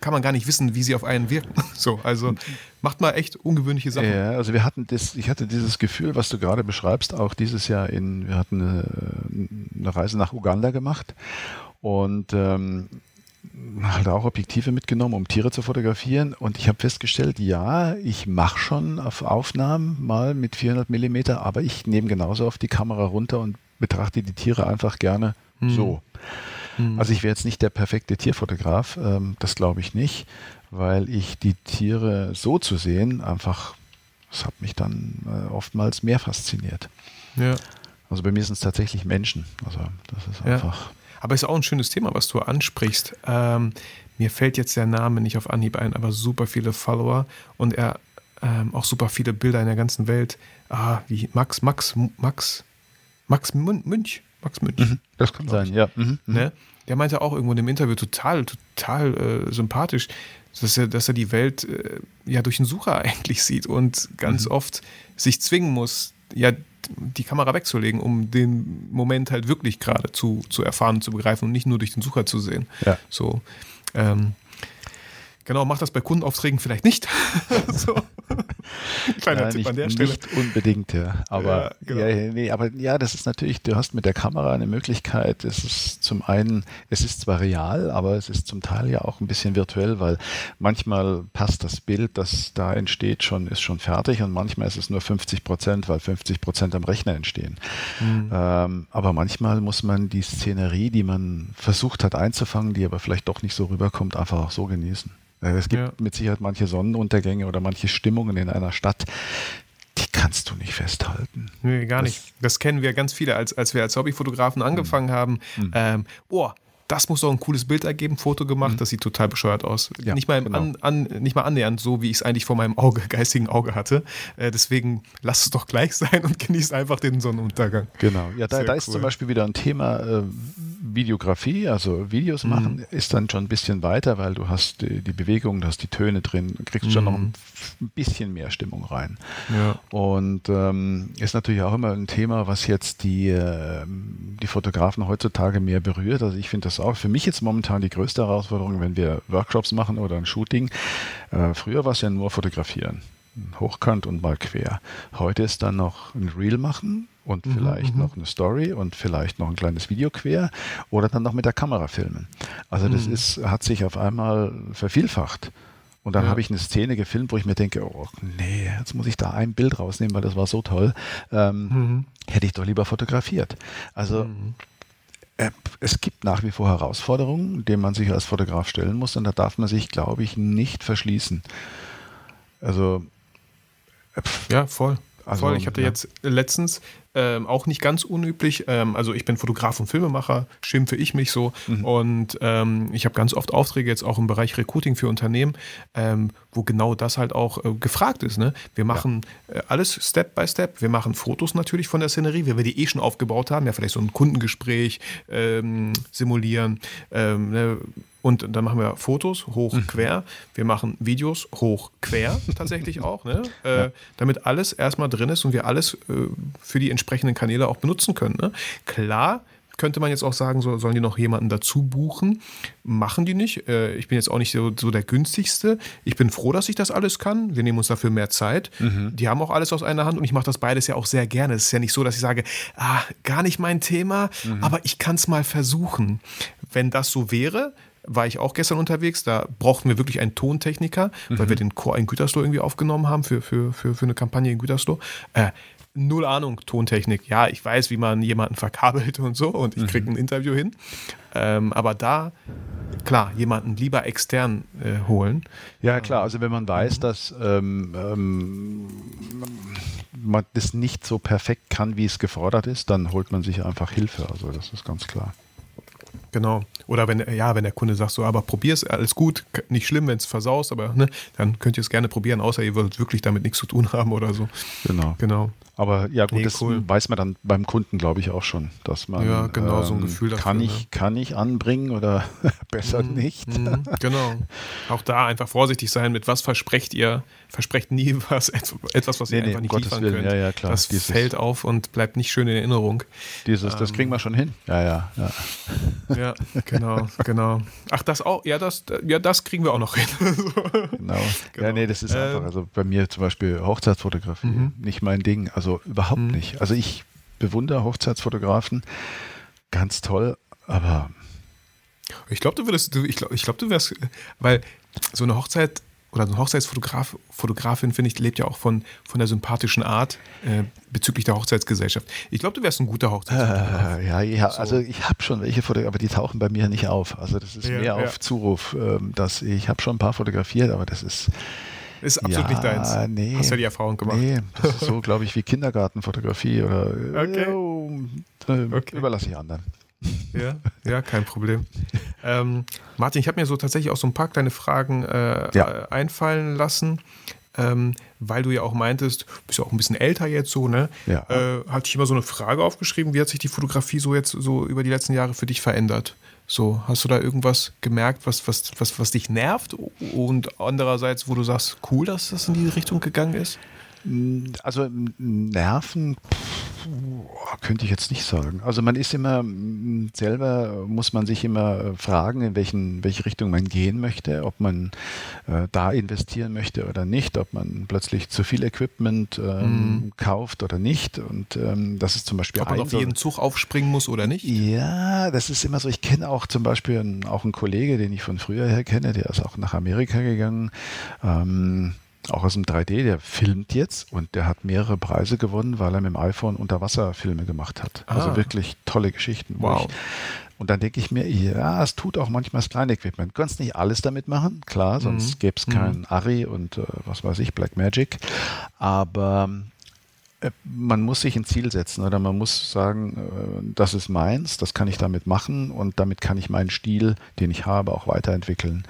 kann man gar nicht wissen, wie sie auf einen wirken. So, also macht mal echt ungewöhnliche Sachen. Ja, also ich hatte dieses Gefühl, was du gerade beschreibst, auch dieses Jahr wir hatten eine Reise nach Uganda gemacht und halt auch Objektive mitgenommen, um Tiere zu fotografieren, und ich habe festgestellt, ja, ich mache schon auf Aufnahmen mal mit 400 mm, aber ich nehme genauso oft die Kamera runter und betrachte die Tiere einfach gerne so. Also ich wäre jetzt nicht der perfekte Tierfotograf, das glaube ich nicht, weil ich die Tiere so zu sehen, einfach, das hat mich dann oftmals mehr fasziniert. Ja. Also bei mir sind es tatsächlich Menschen, also das ist einfach... Ja. Aber ist auch ein schönes Thema, was du ansprichst. Mir fällt jetzt der Name nicht auf Anhieb ein, aber super viele Follower und er auch super viele Bilder in der ganzen Welt. Wie Max Münch. Das kann sein, ja. Ne? Der meinte auch irgendwo in dem Interview total sympathisch, dass er die Welt ja durch einen Sucher eigentlich sieht und ganz oft sich zwingen muss, ja, die Kamera wegzulegen, um den Moment halt wirklich gerade zu erfahren und zu begreifen und nicht nur durch den Sucher zu sehen. Ja. So, genau, macht das bei Kundenaufträgen vielleicht nicht. So. Kleiner Tipp an der Stelle. Nicht unbedingt, ja. Aber, genau. Das ist natürlich, du hast mit der Kamera eine Möglichkeit, es ist zwar real, aber es ist zum Teil ja auch ein bisschen virtuell, weil manchmal passt das Bild, das da entsteht, ist schon fertig, und manchmal ist es nur 50%, weil 50% am Rechner entstehen. Aber manchmal muss man die Szenerie, die man versucht hat einzufangen, die aber vielleicht doch nicht so rüberkommt, einfach auch so genießen. Es gibt mit Sicherheit manche Sonnenuntergänge oder manche Stimmungen in einer Stadt, die kannst du nicht festhalten. Nee, gar nicht. Das kennen wir ganz viele, als wir als Hobbyfotografen angefangen haben. Das muss doch ein cooles Bild ergeben, Foto gemacht, das sieht total bescheuert aus. Ja, nicht mal nicht mal annähernd so, wie ich es eigentlich vor meinem geistigen Auge hatte. Deswegen lass es doch gleich sein und genieß einfach den Sonnenuntergang. Genau, ja, da cool. ist zum Beispiel wieder ein Thema Videografie, also Videos machen, ist dann schon ein bisschen weiter, weil du hast die Bewegung, du hast die Töne drin, kriegst schon noch ein bisschen mehr Stimmung rein. Ja. Und ist natürlich auch immer ein Thema, was jetzt die Fotografen heutzutage mehr berührt. Also ich finde das auch für mich jetzt momentan die größte Herausforderung, wenn wir Workshops machen oder ein Shooting. Früher war es ja nur fotografieren, hochkant und mal quer. Heute ist dann noch ein Reel machen und vielleicht noch eine Story und vielleicht noch ein kleines Video quer oder dann noch mit der Kamera filmen. Also das hat sich auf einmal vervielfacht. Und dann habe ich eine Szene gefilmt, wo ich mir denke, oh nee, jetzt muss ich da ein Bild rausnehmen, weil das war so toll. Hätte ich doch lieber fotografiert. Also es gibt nach wie vor Herausforderungen, denen man sich als Fotograf stellen muss, und da darf man sich, glaube ich, nicht verschließen. Also ja, voll. Voll. Ich hatte jetzt letztens auch nicht ganz unüblich, also ich bin Fotograf und Filmemacher, schimpfe ich mich so, und ich habe ganz oft Aufträge jetzt auch im Bereich Recruiting für Unternehmen, wo genau das halt auch gefragt ist. Ne? Wir machen alles Step by Step, wir machen Fotos natürlich von der Szenerie, wie wir die schon aufgebaut haben, ja vielleicht so ein Kundengespräch simulieren, ne? Und dann machen wir Fotos hoch, quer. Wir machen Videos hoch, quer tatsächlich auch, ne? Damit alles erstmal drin ist und wir alles für die entsprechenden Kanäle auch benutzen können. Ne? Klar, könnte man jetzt auch sagen, sollen die noch jemanden dazu buchen? Machen die nicht. Ich bin jetzt auch nicht so der günstigste. Ich bin froh, dass ich das alles kann. Wir nehmen uns dafür mehr Zeit. Die haben auch alles aus einer Hand und ich mache das beides ja auch sehr gerne. Es ist ja nicht so, dass ich sage, gar nicht mein Thema, aber ich kann es mal versuchen. Wenn das so wäre, war ich auch gestern unterwegs, da brauchten wir wirklich einen Tontechniker, weil wir den Chor in Gütersloh irgendwie aufgenommen haben für eine Kampagne in Gütersloh. Null Ahnung, Tontechnik. Ja, ich weiß, wie man jemanden verkabelt und so und ich kriege ein Interview hin. Aber da, klar, jemanden lieber extern holen. Ja, klar, also wenn man weiß, dass man das nicht so perfekt kann, wie es gefordert ist, dann holt man sich einfach Hilfe. Also das ist ganz klar. Genau. Oder wenn der Kunde sagt so, aber probier's, alles gut, nicht schlimm, wenn es versaust, aber ne, dann könnt ihr es gerne probieren, außer ihr wollt wirklich damit nichts zu tun haben oder so. Genau. Aber ja gut, Nee, das cool. weiß man dann beim Kunden, glaube ich, auch schon, dass man Ja, genau, so ein Gefühl dafür, kann ne? kann ich anbringen oder besser nicht. Genau. Auch da einfach vorsichtig sein, mit was versprecht ihr. Versprecht nie etwas, was ihr Nee, einfach um nicht Gottes liefern Willen. könnt. Ja, ja, klar. Das fällt auf und bleibt nicht schön in Erinnerung. Das kriegen wir schon hin. Ja. Ja, genau. Ach, das auch? Ja, das kriegen wir auch noch hin. Genau. Genau. Ja, nee, das ist einfach, also bei mir zum Beispiel Hochzeitsfotografie, nicht mein Ding, also überhaupt nicht. Also ich bewundere Hochzeitsfotografen, ganz toll, aber Ich glaube, du wärst, weil so eine Hochzeit oder so ein Fotografin, finde ich, lebt ja auch von der sympathischen Art bezüglich der Hochzeitsgesellschaft. Ich glaube, du wärst ein guter Hochzeitsfotograf. also ich habe schon welche Fotografiert, aber die tauchen bei mir nicht auf. Also das ist mehr auf Zuruf, dass ich habe schon ein paar fotografiert, aber das ist absolut nicht deins. Nee, hast ja die Erfahrung gemacht. Nee, das ist so, glaube ich, wie Kindergartenfotografie oder Okay. überlasse ich anderen. Ja, kein Problem. Martin, ich habe mir so tatsächlich auch so ein paar kleine Fragen einfallen lassen, weil du ja auch meintest, du bist ja auch ein bisschen älter jetzt so, ne? Ja. Hatte ich immer so eine Frage aufgeschrieben, wie hat sich die Fotografie so jetzt so über die letzten Jahre für dich verändert? So, hast du da irgendwas gemerkt, was dich nervt und andererseits, wo du sagst, cool, dass das in die Richtung gegangen ist? Also Nerven könnte ich jetzt nicht sagen. Also man ist immer selber, muss man sich immer fragen, in welche Richtung man gehen möchte, ob man da investieren möchte oder nicht, ob man plötzlich zu viel Equipment kauft oder nicht. Und das ist zum Beispiel ob man auf jeden Zug aufspringen muss oder nicht? Ja, das ist immer so. Ich kenne auch zum Beispiel auch einen Kollege, den ich von früher her kenne, der ist auch nach Amerika gegangen. Auch aus dem 3D, der filmt jetzt und der hat mehrere Preise gewonnen, weil er mit dem iPhone Unterwasserfilme gemacht hat. Also wirklich tolle Geschichten. Wow. Und dann denke ich mir, ja, es tut auch manchmal das kleine Equipment. Du kannst nicht alles damit machen, klar, sonst gäbe es kein Arri und was weiß ich, Blackmagic. Aber man muss sich ein Ziel setzen oder man muss sagen, das ist meins, das kann ich damit machen und damit kann ich meinen Stil, den ich habe, auch weiterentwickeln.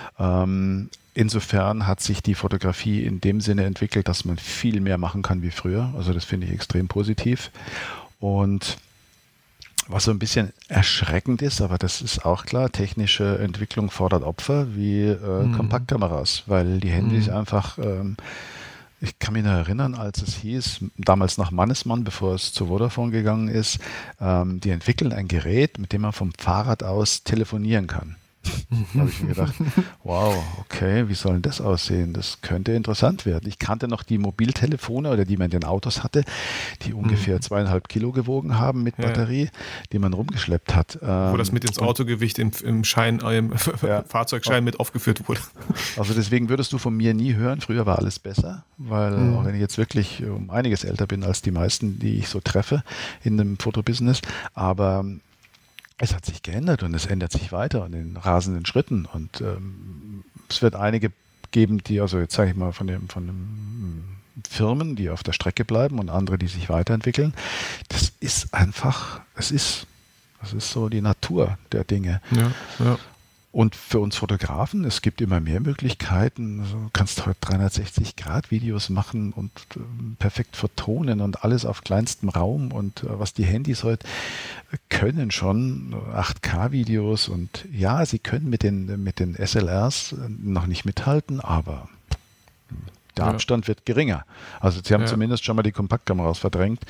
Insofern hat sich die Fotografie in dem Sinne entwickelt, dass man viel mehr machen kann wie früher. Also das finde ich extrem positiv. Und was so ein bisschen erschreckend ist, aber das ist auch klar, technische Entwicklung fordert Opfer wie Kompaktkameras, weil die Handys einfach, ich kann mich noch erinnern, als es hieß, damals nach Mannesmann, bevor es zu Vodafone gegangen ist, die entwickeln ein Gerät, mit dem man vom Fahrrad aus telefonieren kann. Da habe ich mir gedacht, wow, okay, wie soll denn das aussehen? Das könnte interessant werden. Ich kannte noch die Mobiltelefone oder die man in den Autos hatte, die ungefähr 2,5 Kilo gewogen haben mit Batterie, die man rumgeschleppt hat. Wo das mit ins Autogewicht im Fahrzeugschein mit aufgeführt wurde. Also deswegen würdest du von mir nie hören, früher war alles besser, weil auch wenn ich jetzt wirklich um einiges älter bin als die meisten, die ich so treffe in dem Fotobusiness, aber es hat sich geändert und es ändert sich weiter und in rasenden Schritten. Und es wird einige geben, die, also jetzt sage ich mal von den Firmen, die auf der Strecke bleiben und andere, die sich weiterentwickeln. Das ist einfach, das ist so die Natur der Dinge. Ja. Und für uns Fotografen, es gibt immer mehr Möglichkeiten. Also du kannst heute 360-Grad-Videos machen und perfekt vertonen und alles auf kleinstem Raum. Und was die Handys heute können schon, 8K-Videos. Und ja, sie können mit den SLRs noch nicht mithalten, aber der Abstand wird geringer. Also sie haben zumindest schon mal die Kompaktkameras verdrängt.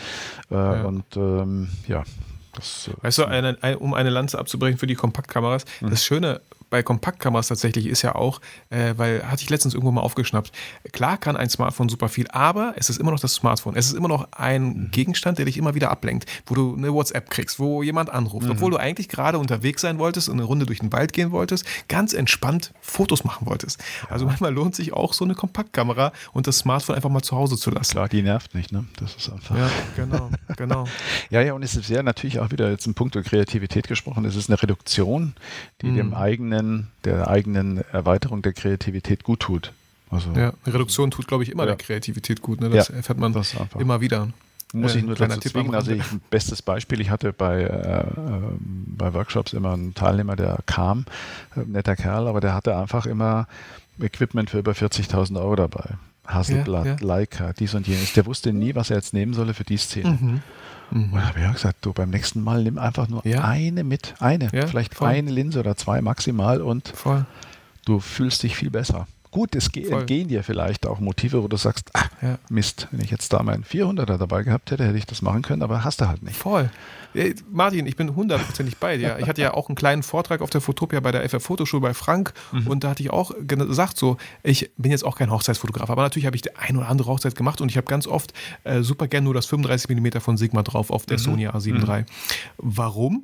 Weißt du, um eine Lanze abzubrechen für die Kompaktkameras, das Schöne bei Kompaktkameras tatsächlich ist ja auch, weil hatte ich letztens irgendwo mal aufgeschnappt, klar kann ein Smartphone super viel, aber es ist immer noch das Smartphone. Es ist immer noch ein Gegenstand, der dich immer wieder ablenkt, wo du eine WhatsApp kriegst, wo jemand anruft, obwohl du eigentlich gerade unterwegs sein wolltest und eine Runde durch den Wald gehen wolltest, ganz entspannt Fotos machen wolltest. Also manchmal lohnt sich auch so eine Kompaktkamera und das Smartphone einfach mal zu Hause zu lassen. Klar, die nervt nicht, ne? Das ist einfach. Ja, genau. Ja, und es ist ja natürlich auch wieder jetzt ein Punkt der Kreativität gesprochen. Es ist eine Reduktion, die der eigenen Erweiterung der Kreativität gut tut. Also, eine Reduktion tut, glaube ich, immer der Kreativität gut. Ne? Das erfährt man immer wieder. Muss ich nur dazu zwingen. Also ein bestes Beispiel, ich hatte bei Workshops immer einen Teilnehmer, der kam, netter Kerl, aber der hatte einfach immer Equipment für über 40.000 € dabei. Hasselblad, Ja. Leica, dies und jenes. Der wusste nie, was er jetzt nehmen solle für die Szene. Und da habe ich auch gesagt, du, beim nächsten Mal nimm einfach nur eine mit, vielleicht voll. eine Linse oder zwei maximal und Voll. du fühlst dich viel besser. Gut, es entgehen dir vielleicht auch Motive, wo du sagst, Mist, wenn ich jetzt da meinen 400er dabei gehabt hätte, hätte ich das machen können, aber hast du halt nicht. Voll. Martin, ich bin 100% bei dir. Ich hatte ja auch einen kleinen Vortrag auf der Fotopia bei der FF Fotoschule bei Frank und da hatte ich auch gesagt, so, ich bin jetzt auch kein Hochzeitsfotograf, aber natürlich habe ich die ein oder andere Hochzeit gemacht und ich habe ganz oft super gern nur das 35mm von Sigma drauf auf der Sony A7 III. Warum?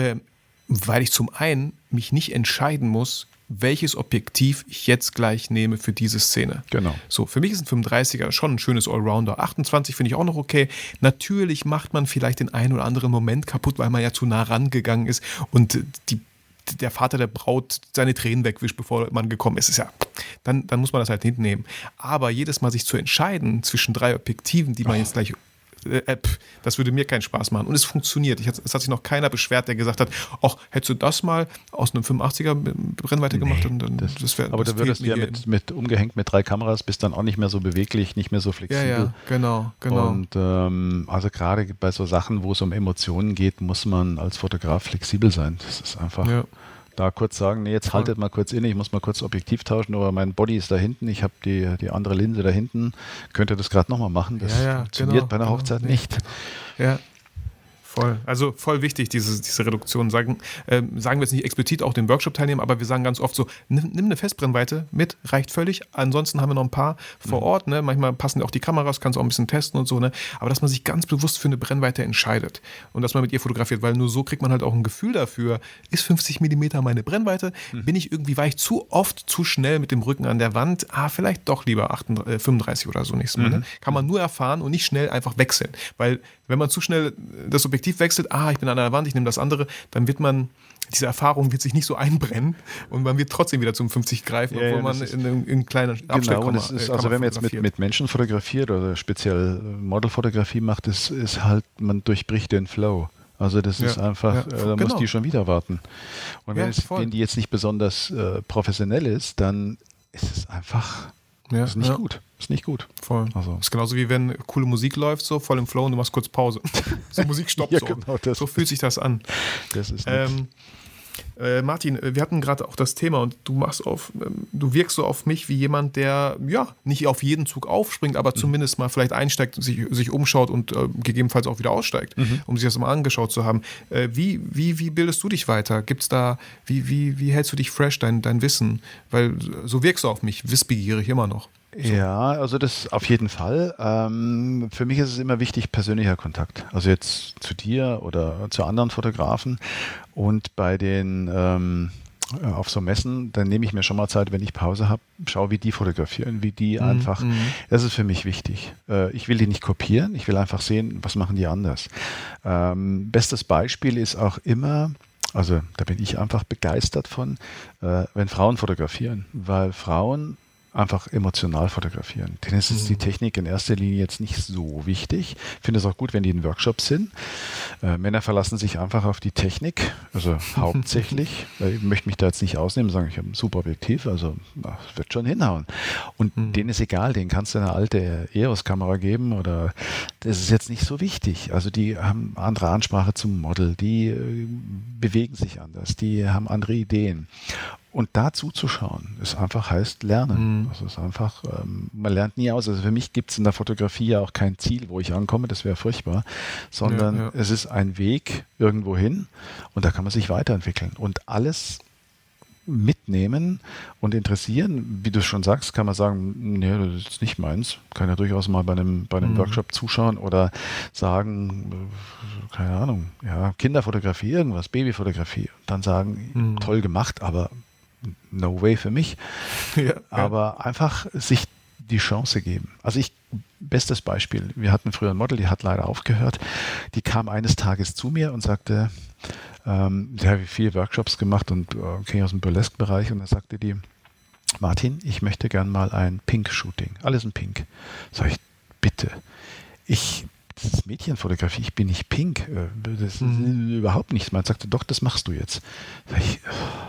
Weil ich zum einen mich nicht entscheiden muss, welches Objektiv ich jetzt gleich nehme für diese Szene. Genau. So, für mich ist ein 35er schon ein schönes Allrounder. 28 finde ich auch noch okay. Natürlich macht man vielleicht den einen oder anderen Moment kaputt, weil man ja zu nah rangegangen ist und der Vater der Braut seine Tränen wegwischt, bevor man gekommen ist. Dann muss man das halt hinnehmen. Aber jedes Mal sich zu entscheiden zwischen 3 Objektiven, die man jetzt gleich das würde mir keinen Spaß machen. Und es funktioniert. Es hat sich noch keiner beschwert, der gesagt hat, ach, hättest du das mal aus einem 85er Brennweite gemacht? Aber da würdest du ja mit umgehängt mit 3 Kameras, bist dann auch nicht mehr so beweglich, nicht mehr so flexibel. Ja, genau. Und also gerade bei so Sachen, wo es um Emotionen geht, muss man als Fotograf flexibel sein. Das ist einfach... Ja. Da kurz sagen, nee, jetzt haltet mal kurz inne, ich muss mal kurz Objektiv tauschen, aber mein Body ist da hinten, ich habe die andere Linse da hinten, könnt ihr das gerade nochmal machen? Das funktioniert bei einer Hochzeit nicht. Ja. Voll. Also voll wichtig, diese Reduktion. Sagen wir jetzt nicht explizit auch den Workshop-Teilnehmern, aber wir sagen ganz oft so, nimm eine Festbrennweite mit, reicht völlig. Ansonsten haben wir noch ein paar vor Ort. Ne? Manchmal passen auch die Kameras, kannst auch ein bisschen testen und so. Ne? Aber dass man sich ganz bewusst für eine Brennweite entscheidet und dass man mit ihr fotografiert, weil nur so kriegt man halt auch ein Gefühl dafür, ist 50 mm meine Brennweite? War ich zu oft zu schnell mit dem Rücken an der Wand? Vielleicht doch lieber 35 oder so nächstes Mal. Ne? Kann man nur erfahren und nicht schnell einfach wechseln. Weil wenn man zu schnell das Objektiv wechselt, ich bin an der Wand, ich nehme das andere, dann diese Erfahrung wird sich nicht so einbrennen und man wird trotzdem wieder zum 50 greifen, obwohl man in einen kleinen Abstand kommt. Also wenn man jetzt mit Menschen fotografiert oder speziell Modelfotografie macht, ist halt, man durchbricht den Flow. Also das ist einfach, da muss die schon wieder warten. Und wenn die jetzt nicht besonders professionell ist, dann ist es einfach... ist nicht gut. Ist nicht gut. Voll. Also. Ist genauso wie wenn coole Musik läuft, so voll im Flow und du machst kurz Pause. So Musik stoppt so. Genau, so fühlt sich das an. Das ist Martin, wir hatten gerade auch das Thema und du wirkst so auf mich wie jemand, der nicht auf jeden Zug aufspringt, aber zumindest mal vielleicht einsteigt und sich umschaut und gegebenenfalls auch wieder aussteigt, um sich das mal angeschaut zu haben. Wie bildest du dich weiter? Gibt's da, wie hältst du dich fresh, dein Wissen? Weil so wirkst du auf mich, wissbegierig immer noch. So. Ja, also das auf jeden Fall. Für mich ist es immer wichtig, persönlicher Kontakt. Also jetzt zu dir oder zu anderen Fotografen. Und bei den auf so Messen, dann nehme ich mir schon mal Zeit, wenn ich Pause habe, schaue, wie die fotografieren, wie die einfach, das ist für mich wichtig. Ich will die nicht kopieren, ich will einfach sehen, was machen die anders. Bestes Beispiel ist auch immer, also da bin ich einfach begeistert von, wenn Frauen fotografieren, weil Frauen einfach emotional fotografieren. Denen ist jetzt die Technik in erster Linie jetzt nicht so wichtig. Ich finde es auch gut, wenn die in Workshops sind. Männer verlassen sich einfach auf die Technik, also hauptsächlich. Ich möchte mich da jetzt nicht ausnehmen, sagen, ich habe ein super Objektiv, also das wird schon hinhauen. Und denen ist egal, denen kannst du eine alte EOS-Kamera geben oder das ist jetzt nicht so wichtig. Also die haben andere Ansprache zum Model, die bewegen sich anders, die haben andere Ideen. Und da zuzuschauen, ist einfach heißt lernen. Das ist einfach, man lernt nie aus. Also für mich gibt es in der Fotografie ja auch kein Ziel, wo ich ankomme, das wäre furchtbar, sondern es ist ein Weg irgendwo hin und da kann man sich weiterentwickeln und alles mitnehmen und interessieren. Wie du schon sagst, kann man sagen, nee, das ist nicht meins. Kann ja durchaus mal bei einem Workshop zuschauen oder sagen, keine Ahnung, Kinderfotografie, irgendwas, Babyfotografie. Und dann sagen, toll gemacht, aber no way für mich. Aber einfach sich die Chance geben. Also bestes Beispiel, wir hatten früher ein Model, die hat leider aufgehört. Die kam eines Tages zu mir und sagte, ich habe viele Workshops gemacht und kenne aus dem Burlesque-Bereich und da sagte die, Martin, ich möchte gern mal ein Pink-Shooting. Alles in Pink. Sag ich, bitte. Das ist Mädchenfotografie, ich bin nicht pink. Das ist überhaupt nichts. Man sagte, doch, das machst du jetzt.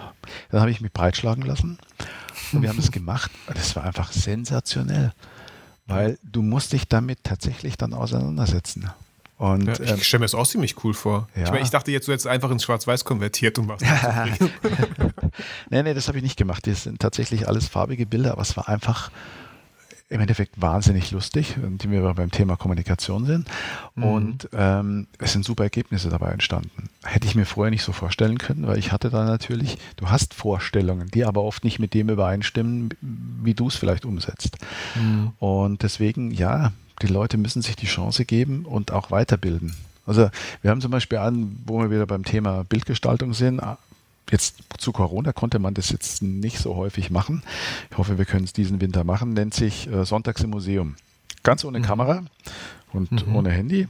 Dann habe ich mich breitschlagen lassen und wir haben das gemacht. Das war einfach sensationell. weil du musst dich damit tatsächlich dann auseinandersetzen. Und, ja, ich stelle mir das auch ziemlich cool vor. Ja. Ich meine, ich dachte jetzt, du hättest einfach ins Schwarz-Weiß konvertiert und warst Nee, das habe ich nicht gemacht. Das sind tatsächlich alles farbige Bilder, aber es war einfach im Endeffekt wahnsinnig lustig, die wir beim Thema Kommunikation sind. Und es sind super Ergebnisse dabei entstanden. Hätte ich mir vorher nicht so vorstellen können, weil ich hatte da natürlich, du hast Vorstellungen, die aber oft nicht mit dem übereinstimmen, wie du es vielleicht umsetzt. Und deswegen, ja, die Leute müssen sich die Chance geben und auch weiterbilden. Also wir haben zum Beispiel wo wir wieder beim Thema Bildgestaltung sind, jetzt zu Corona konnte man das jetzt nicht so häufig machen. Ich hoffe, wir können es diesen Winter machen. Nennt sich Sonntags im Museum. Ganz ohne Kamera und ohne Handy.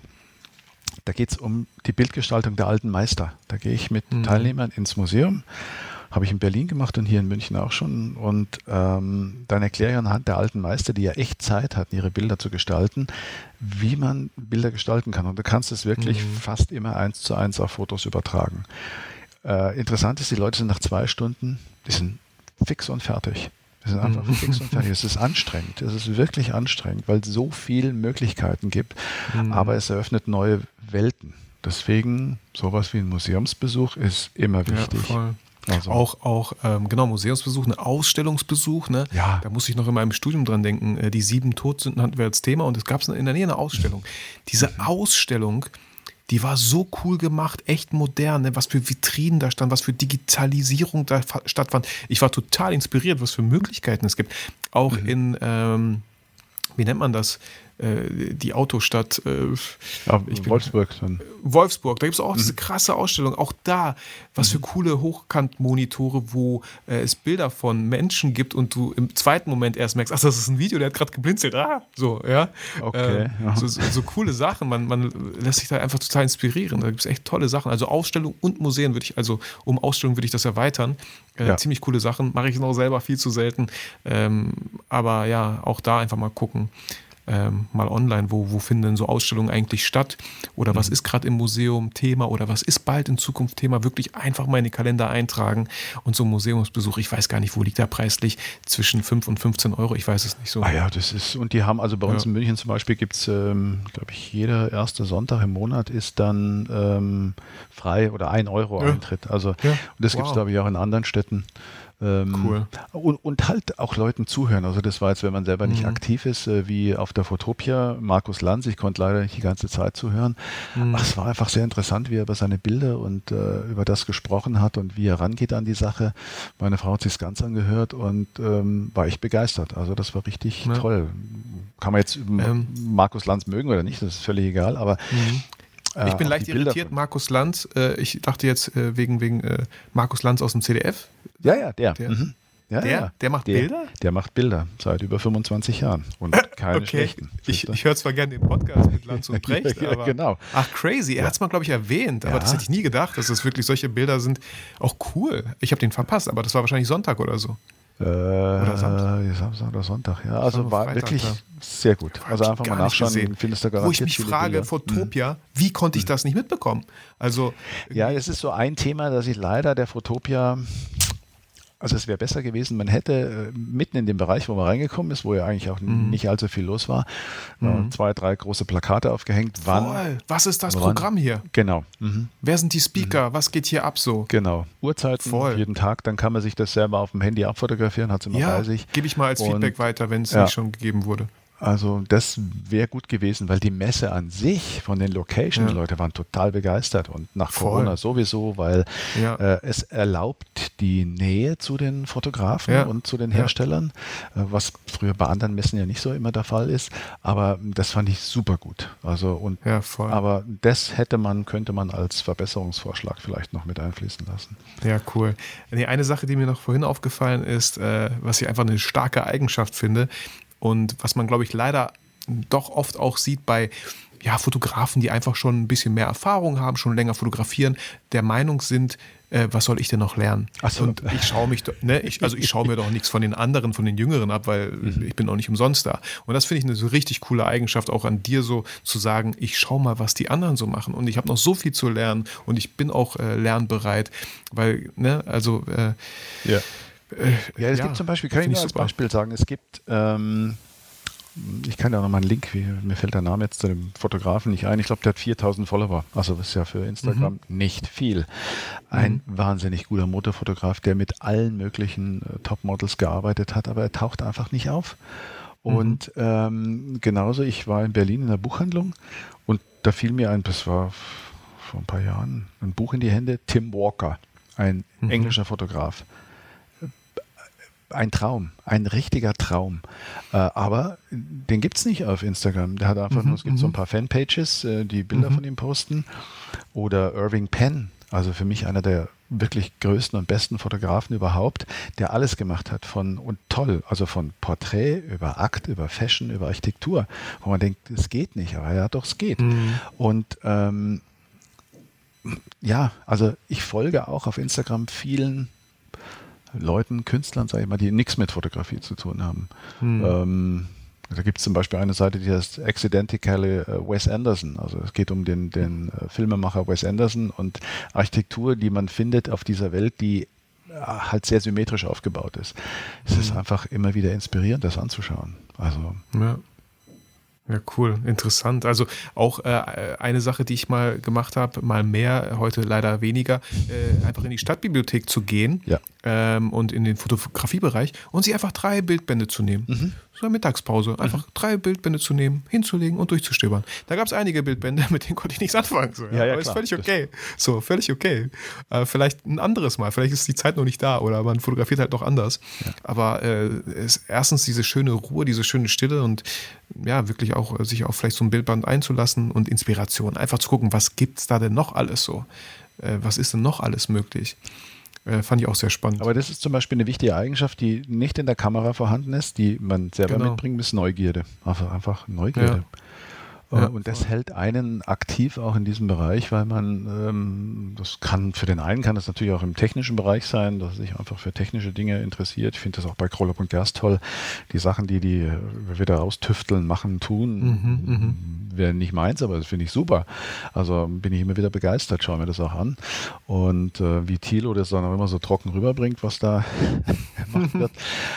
Da geht es um die Bildgestaltung der alten Meister. Da gehe ich mit Teilnehmern ins Museum. Habe ich in Berlin gemacht und hier in München auch schon. Und dann erkläre ich anhand der alten Meister, die ja echt Zeit hatten, ihre Bilder zu gestalten, wie man Bilder gestalten kann. Und du kannst es wirklich fast immer 1:1 auf Fotos übertragen. Interessant ist, die Leute sind nach 2 Stunden, die sind fix und fertig. Die sind einfach fix und fertig. Es ist anstrengend. Es ist wirklich anstrengend, weil es so viele Möglichkeiten gibt. Aber es eröffnet neue Welten. Deswegen, sowas wie ein Museumsbesuch ist immer wichtig. Ja, voll. Also. Auch Museumsbesuch, ein Ausstellungsbesuch. Ne? Ja. Da muss ich noch in meinem Studium dran denken. Die 7 Todsünden hatten wir als Thema und es gab in der Nähe eine Ausstellung. Diese Ausstellung, die war so cool gemacht, echt modern, ne? Was für Vitrinen da stand, was für Digitalisierung da stattfand. Ich war total inspiriert, was für Möglichkeiten es gibt. Auch in, wie nennt man das? Die Autostadt. Wolfsburg dann. Wolfsburg, da gibt es auch diese krasse Ausstellung. Auch da, was für coole Hochkantmonitore, wo es Bilder von Menschen gibt und du im zweiten Moment erst merkst, ach, das ist ein Video, der hat gerade geblinzelt. So, ja. Okay. So coole Sachen. Man lässt sich da einfach total inspirieren. Da gibt es echt tolle Sachen. Also Ausstellung und Museen um Ausstellung würde ich das erweitern. Ziemlich coole Sachen. Mache ich noch selber viel zu selten. Aber ja, auch da einfach mal gucken. Mal online, wo finden denn so Ausstellungen eigentlich statt oder was ist gerade im Museum Thema oder was ist bald in Zukunft Thema, wirklich einfach mal in den Kalender eintragen und so ein Museumsbesuch, ich weiß gar nicht, wo liegt der preislich, zwischen 5 und 15 Euro, ich weiß es nicht so. Ah ja, das ist, und die haben, also bei uns in München zum Beispiel gibt es, glaube ich, jeder erste Sonntag im Monat ist dann frei oder 1 Euro Eintritt, also und das gibt es, glaube ich, auch in anderen Städten. Cool. Und halt auch Leuten zuhören. Also das war jetzt, wenn man selber nicht aktiv ist, wie auf der Fotopia, Markus Lanz, ich konnte leider nicht die ganze Zeit zuhören. Ach, es war einfach sehr interessant, wie er über seine Bilder und über das gesprochen hat und wie er rangeht an die Sache. Meine Frau hat sich ganz angehört und war echt begeistert. Also das war richtig toll. Kann man jetzt Markus Lanz mögen oder nicht, das ist völlig egal, aber ich bin leicht irritiert, Markus Lanz. Ich dachte jetzt wegen Markus Lanz aus dem CDF. Ja, der. Der macht Bilder? Der macht Bilder seit über 25 Jahren und keine schlechten. Ich höre zwar gerne den Podcast mit Lanz und Brecht, aber genau. Ach, crazy. Er hat es mal, glaube ich, erwähnt, aber das hätte ich nie gedacht, dass das wirklich solche Bilder sind. Auch cool. Ich habe den verpasst, aber das war wahrscheinlich Sonntag oder so. Oder Samstag oder Sonntag, ja. Also war Freitag, wirklich sehr gut. Also einfach mal nachschauen, findest du garantiert. Wo ich mich frage, Fotopia, wie konnte ich das nicht mitbekommen? Also ja, es ist so ein Thema, dass ich leider der Fotopia, also es wäre besser gewesen, man hätte mitten in dem Bereich, wo man reingekommen ist, wo ja eigentlich auch nicht allzu viel los war, 2, 3 große Plakate aufgehängt. Was ist das Programm hier? Genau. Wer sind die Speaker? Was geht hier ab so? Genau. Uhrzeiten jeden Tag, dann kann man sich das selber auf dem Handy abfotografieren, hat es immer bei sich. Gebe ich mal als Feedback weiter, wenn es nicht schon gegeben wurde. Also das wäre gut gewesen, weil die Messe an sich von den Locations, die Leute waren total begeistert und nach Corona sowieso, weil es erlaubt die Nähe zu den Fotografen und zu den Herstellern, was früher bei anderen Messen ja nicht so immer der Fall ist, aber das fand ich super gut. Also aber das könnte man als Verbesserungsvorschlag vielleicht noch mit einfließen lassen. Ja, cool. Eine Sache, die mir noch vorhin aufgefallen ist, was ich einfach eine starke Eigenschaft finde, und was man, glaube ich, leider doch oft auch sieht bei Fotografen, die einfach schon ein bisschen mehr Erfahrung haben, schon länger fotografieren, der Meinung sind, was soll ich denn noch lernen? So. Und ich schaue ich schaue mir doch nichts von den anderen, von den Jüngeren ab, weil ich bin auch nicht umsonst da. Und das finde ich eine so richtig coole Eigenschaft, auch an dir so zu sagen, ich schaue mal, was die anderen so machen. Und ich habe noch so viel zu lernen und ich bin auch lernbereit, weil, es gibt zum Beispiel, kann ich nur als Beispiel sagen, es gibt ich kann ja noch mal einen Link, mir fällt der Name jetzt zu dem Fotografen nicht ein. Ich glaube, der hat 4000 Follower. Also das ist ja für Instagram nicht viel. Ein wahnsinnig guter Motorfotograf, der mit allen möglichen Topmodels gearbeitet hat, aber er taucht einfach nicht auf. Und genauso, ich war in Berlin in der Buchhandlung und da fiel mir ein, das war vor ein paar Jahren, ein Buch in die Hände, Tim Walker, ein englischer Fotograf. Ein Traum, ein richtiger Traum. Aber den gibt es nicht auf Instagram. Der hat einfach nur, es gibt so ein paar Fanpages, die Bilder von ihm posten. Oder Irving Penn, also für mich einer der wirklich größten und besten Fotografen überhaupt, der alles gemacht hat und also von Porträt über Akt, über Fashion, über Architektur, wo man denkt, es geht nicht, aber ja doch, es geht. Und ja, also ich folge auch auf Instagram vielen Leuten, Künstlern, sage ich mal, die nichts mit Fotografie zu tun haben. Da gibt es zum Beispiel eine Seite, die heißt Accidentally Wes Anderson. Also es geht um den Filmemacher Wes Anderson und Architektur, die man findet auf dieser Welt, die halt sehr symmetrisch aufgebaut ist. Es ist einfach immer wieder inspirierend, das anzuschauen. Also Ja, cool, interessant. Also auch eine Sache, die ich mal gemacht habe, mal mehr, heute leider weniger, einfach in die Stadtbibliothek zu gehen und in den Fotografiebereich und sich einfach 3 Bildbände zu nehmen. So eine Mittagspause. Einfach 3 Bildbände zu nehmen, hinzulegen und durchzustöbern. Da gab es einige Bildbände, mit denen konnte ich nichts anfangen. So, ja, aber ist völlig okay. So, völlig okay. Vielleicht ein anderes Mal. Vielleicht ist die Zeit noch nicht da oder man fotografiert halt noch anders. Ja. Aber erstens diese schöne Ruhe, diese schöne Stille und ja, wirklich auch sich auf vielleicht so ein Bildband einzulassen und Inspiration. Einfach zu gucken, was gibt es da denn noch alles so? Was ist denn noch alles möglich? Fand ich auch sehr spannend. Aber das ist zum Beispiel eine wichtige Eigenschaft, die nicht in der Kamera vorhanden ist, die man selber mitbringen muss, Neugierde. Einfach Neugierde. Ja. Und das hält einen aktiv auch in diesem Bereich, weil man, für den einen kann das natürlich auch im technischen Bereich sein, dass er sich einfach für technische Dinge interessiert. Ich finde das auch bei Krolop und Gerst toll. Die Sachen, die wieder raustüfteln, machen, tun, wäre nicht meins, aber das finde ich super. Also bin ich immer wieder begeistert, schaue mir das auch an. Und wie Thilo das dann auch immer so trocken rüberbringt, was da gemacht wird.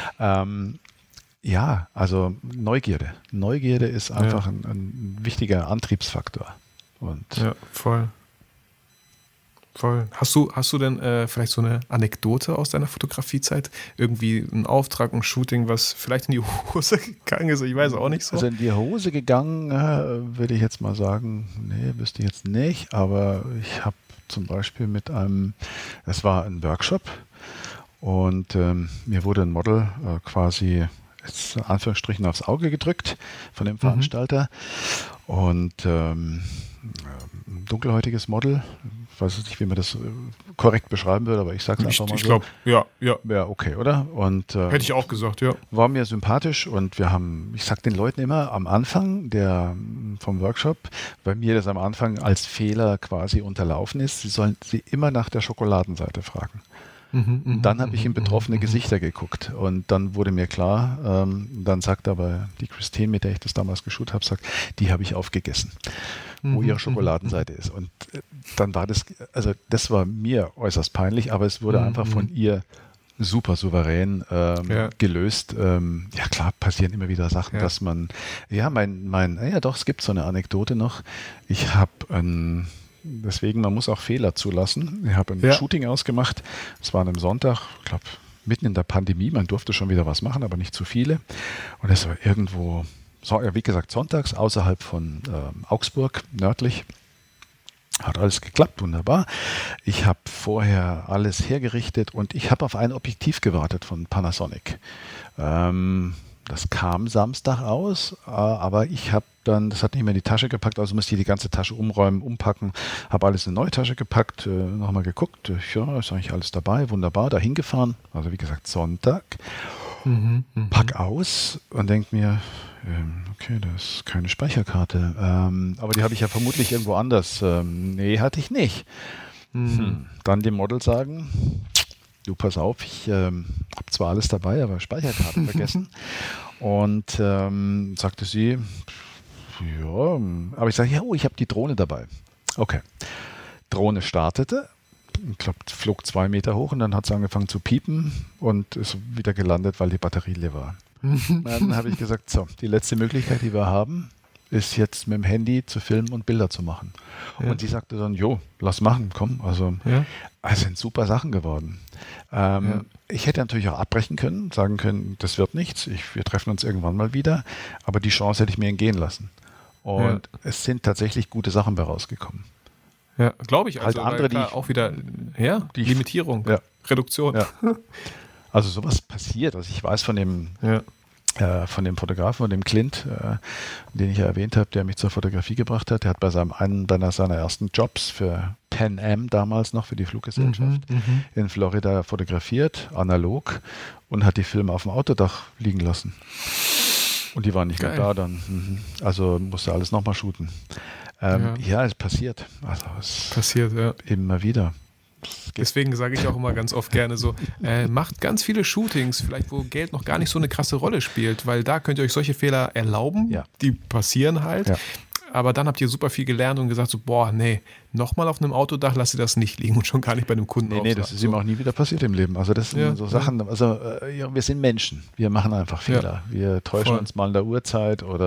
Ja, also Neugierde. Neugierde ist einfach ein wichtiger Antriebsfaktor. Und ja, voll. Hast du denn vielleicht so eine Anekdote aus deiner Fotografiezeit? Irgendwie einen Auftrag, ein Shooting, was vielleicht in die Hose gegangen ist? Ich weiß auch nicht so. Also in die Hose gegangen, würde ich jetzt mal sagen, nee, wüsste ich jetzt nicht. Aber ich habe zum Beispiel es war ein Workshop und mir wurde ein Model quasi jetzt in Anführungsstrichen aufs Auge gedrückt von dem Veranstalter und ein dunkelhäutiges Model, ich weiß nicht, wie man das korrekt beschreiben würde, aber ich sage es einfach mal so. Ich glaube, ja. Wäre okay, oder? Und, hätte ich auch gesagt, ja. War mir sympathisch und ich sage den Leuten immer am Anfang vom Workshop, bei mir das am Anfang als Fehler quasi unterlaufen ist, sie sollen sie immer nach der Schokoladenseite fragen. Und dann habe ich in betroffene Gesichter geguckt und dann wurde mir klar, dann sagt aber die Christine, mit der ich das damals geshootet habe, sagt, die habe ich aufgegessen, wo ihre Schokoladenseite ist. Und dann war das war mir äußerst peinlich, aber es wurde einfach von ihr super souverän gelöst. Ja klar, passieren immer wieder Sachen, dass man, doch, es gibt so eine Anekdote noch. Ich habe deswegen, man muss auch Fehler zulassen. Ich habe ein Shooting ausgemacht. Es war an einem Sonntag, ich glaube, mitten in der Pandemie. Man durfte schon wieder was machen, aber nicht zu viele. Und es war irgendwo, wie gesagt, sonntags außerhalb von Augsburg, nördlich. Hat alles geklappt, wunderbar. Ich habe vorher alles hergerichtet und ich habe auf ein Objektiv gewartet von Panasonic. Das kam Samstag aus, aber ich habe das hat nicht mehr in die Tasche gepackt, also musste ich die ganze Tasche umräumen, umpacken, habe alles in eine neue Tasche gepackt, nochmal geguckt, ja, ist eigentlich alles dabei, wunderbar, dahin gefahren, also wie gesagt Sonntag, pack aus und denke mir, okay, das ist keine Speicherkarte, aber die habe ich ja vermutlich irgendwo anders, nee, hatte ich nicht. Dann dem Model sagen, du, pass auf, ich habe zwar alles dabei, aber Speicherkarte vergessen. Und sagte sie, ja, aber ich sage, ja, ich habe die Drohne dabei. Okay. Drohne startete, ich glaube, flog 2 Meter hoch und dann hat sie angefangen zu piepen und ist wieder gelandet, weil die Batterie leer war. Dann habe ich gesagt, so, die letzte Möglichkeit, die wir haben, ist jetzt mit dem Handy zu filmen und Bilder zu machen. Ja. Und sie sagte dann, jo, lass machen, komm. Also sind super Sachen geworden. Ich hätte natürlich auch abbrechen können, sagen können, das wird nichts, wir treffen uns irgendwann mal wieder, aber die Chance hätte ich mir entgehen lassen. Und es sind tatsächlich gute Sachen bei rausgekommen. Ja, glaube ich. Also halt andere, die auch wieder Limitierung, Reduktion. Ja. Also sowas passiert. Also ich weiß von dem Fotografen, von dem Clint, den ich ja erwähnt habe, der mich zur Fotografie gebracht hat. Der hat bei einer seiner ersten Jobs für Pan Am damals noch, für die Fluggesellschaft, in Florida fotografiert, analog, und hat die Filme auf dem Autodach liegen lassen. Und die waren nicht mehr da dann. Also musste alles nochmal shooten. Es passiert. Also es passiert, immer wieder. Deswegen sage ich auch immer ganz oft gerne so, macht ganz viele Shootings, vielleicht wo Geld noch gar nicht so eine krasse Rolle spielt, weil da könnt ihr euch solche Fehler erlauben, die passieren halt. Ja. Aber dann habt ihr super viel gelernt und gesagt so, boah, nee, nochmal auf einem Autodach lasst ihr das nicht liegen und schon gar nicht bei einem Kunden. Nee, das ist ihm auch nie wieder passiert im Leben. Also das sind so Sachen, also wir sind Menschen, wir machen einfach Fehler. Wir täuschen uns mal in der Uhrzeit oder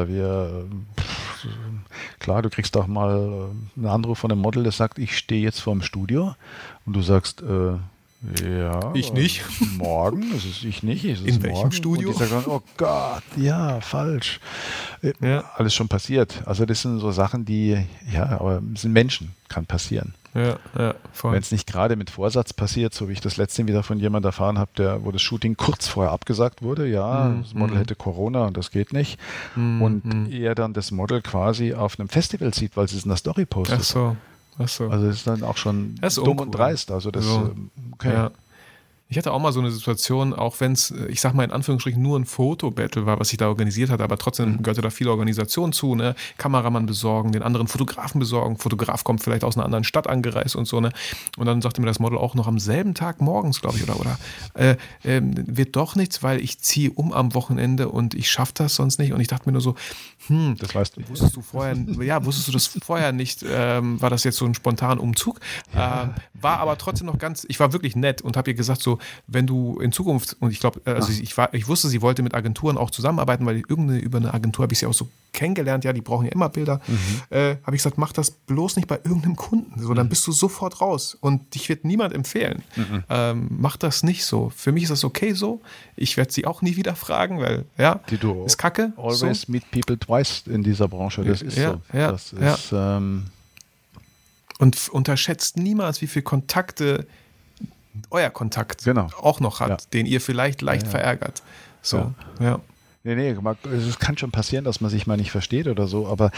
klar, du kriegst auch mal einen Anruf von einem Model, das sagt, ich stehe jetzt vor dem Studio, und du sagst, ich nicht. Morgen, es ist ich nicht. Es ist in welchem morgen. Studio? Und die sagen dann, oh Gott, falsch. Alles schon passiert. Also das sind so Sachen, aber sind Menschen, kann passieren. Wenn es nicht gerade mit Vorsatz passiert, so wie ich das letzte wieder von jemandem erfahren habe, wo das Shooting kurz vorher abgesagt wurde, das Model hätte Corona und das geht nicht. Und er dann das Model quasi auf einem Festival sieht, weil sie es in der Story postet. Ach so. Also das ist dann auch schon dumm und dreist. Also das, okay. Ja. Ich hatte auch mal so eine Situation, auch wenn es, ich sag mal in Anführungsstrichen, nur ein Fotobattle war, was ich da organisiert hatte, aber trotzdem gehörte da viel Organisation zu, ne? Kameramann besorgen, den anderen Fotografen besorgen, Fotograf kommt vielleicht aus einer anderen Stadt angereist und so, ne? Und dann sagte mir das Model auch noch am selben Tag morgens, glaube ich, oder wird doch nichts, weil ich ziehe am Wochenende und ich schaffe das sonst nicht. Und ich dachte mir nur so, das weißt du. Wusstest du das vorher nicht? War das jetzt so ein spontaner Umzug? Ja. War aber trotzdem noch ich war wirklich nett und habe ihr gesagt, so, wenn du in Zukunft, und ich glaube, ich wusste, sie wollte mit Agenturen auch zusammenarbeiten, weil über eine Agentur habe ich sie auch so kennengelernt, die brauchen ja immer Bilder. Habe ich gesagt, mach das bloß nicht bei irgendeinem Kunden, so, dann bist du sofort raus und dich wird niemand empfehlen. Mach das nicht so. Für mich ist das okay so. Ich werde sie auch nie wieder fragen, weil, ist kacke. Always meet people twice in dieser Branche, das ist so. Das ist, und unterschätzt niemals, wie viel Kontakte euer Kontakt auch noch hat, den ihr vielleicht leicht verärgert. So, Nee, es kann schon passieren, dass man sich mal nicht versteht oder so, aber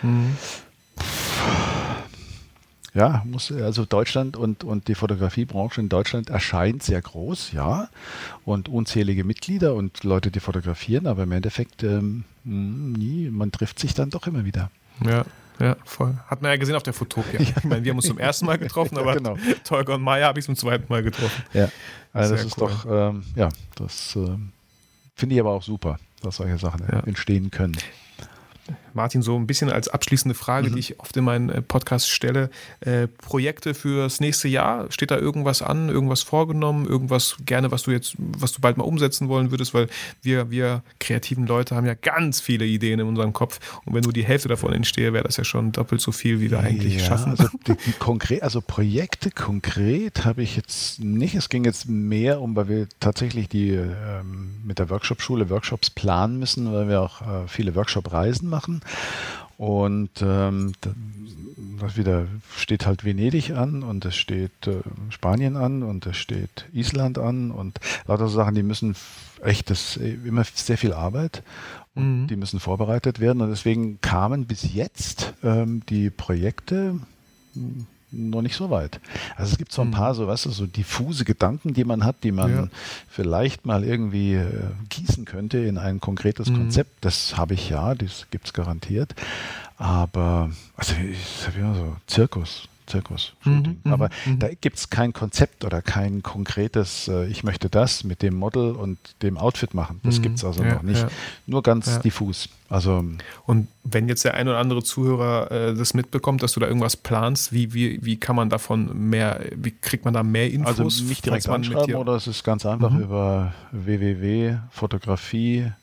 also Deutschland und die Fotografiebranche in Deutschland erscheint sehr groß, und unzählige Mitglieder und Leute, die fotografieren, aber im Endeffekt man trifft sich dann doch immer wieder. Ja, voll. Hat man ja gesehen auf der Fotopia. Ich meine, wir haben uns zum ersten Mal getroffen, aber Tolga und Maya habe ich zum zweiten Mal getroffen. Ja, also das ist cool. Doch, das finde ich aber auch super, dass solche Sachen entstehen können. Martin, so ein bisschen als abschließende Frage, die ich oft in meinen Podcast stelle. Projekte fürs nächste Jahr, steht da irgendwas an, irgendwas vorgenommen, irgendwas gerne, was du bald mal umsetzen wollen würdest, weil wir kreativen Leute haben ja ganz viele Ideen in unserem Kopf und wenn nur die Hälfte davon entstehe, wäre das ja schon doppelt so viel, wie wir eigentlich schaffen. Also Projekte konkret habe ich jetzt nicht. Es ging jetzt mehr weil wir tatsächlich mit der Workshop-Schule Workshops planen müssen, weil wir auch viele Workshop-Reisen machen. Und wieder steht halt Venedig an und es steht Spanien an und es steht Island an und lauter so Sachen, die müssen das ist immer sehr viel Arbeit und die müssen vorbereitet werden und deswegen kamen bis jetzt die Projekte noch nicht so weit. Also es gibt so ein paar so diffuse Gedanken, die man hat, die man vielleicht mal irgendwie gießen könnte in ein konkretes Konzept. Das habe ich das gibt es garantiert. Aber ich habe immer so Zirkus-Shooting. Aber da gibt es kein Konzept oder kein konkretes, ich möchte das mit dem Model und dem Outfit machen. Das gibt es also noch nicht. Nur ganz diffus. Also, und wenn jetzt der ein oder andere Zuhörer das mitbekommt, dass du da irgendwas planst, wie kann man davon wie kriegt man da mehr Infos? Also nicht direkt anschreiben oder es ist ganz einfach über www.fotografie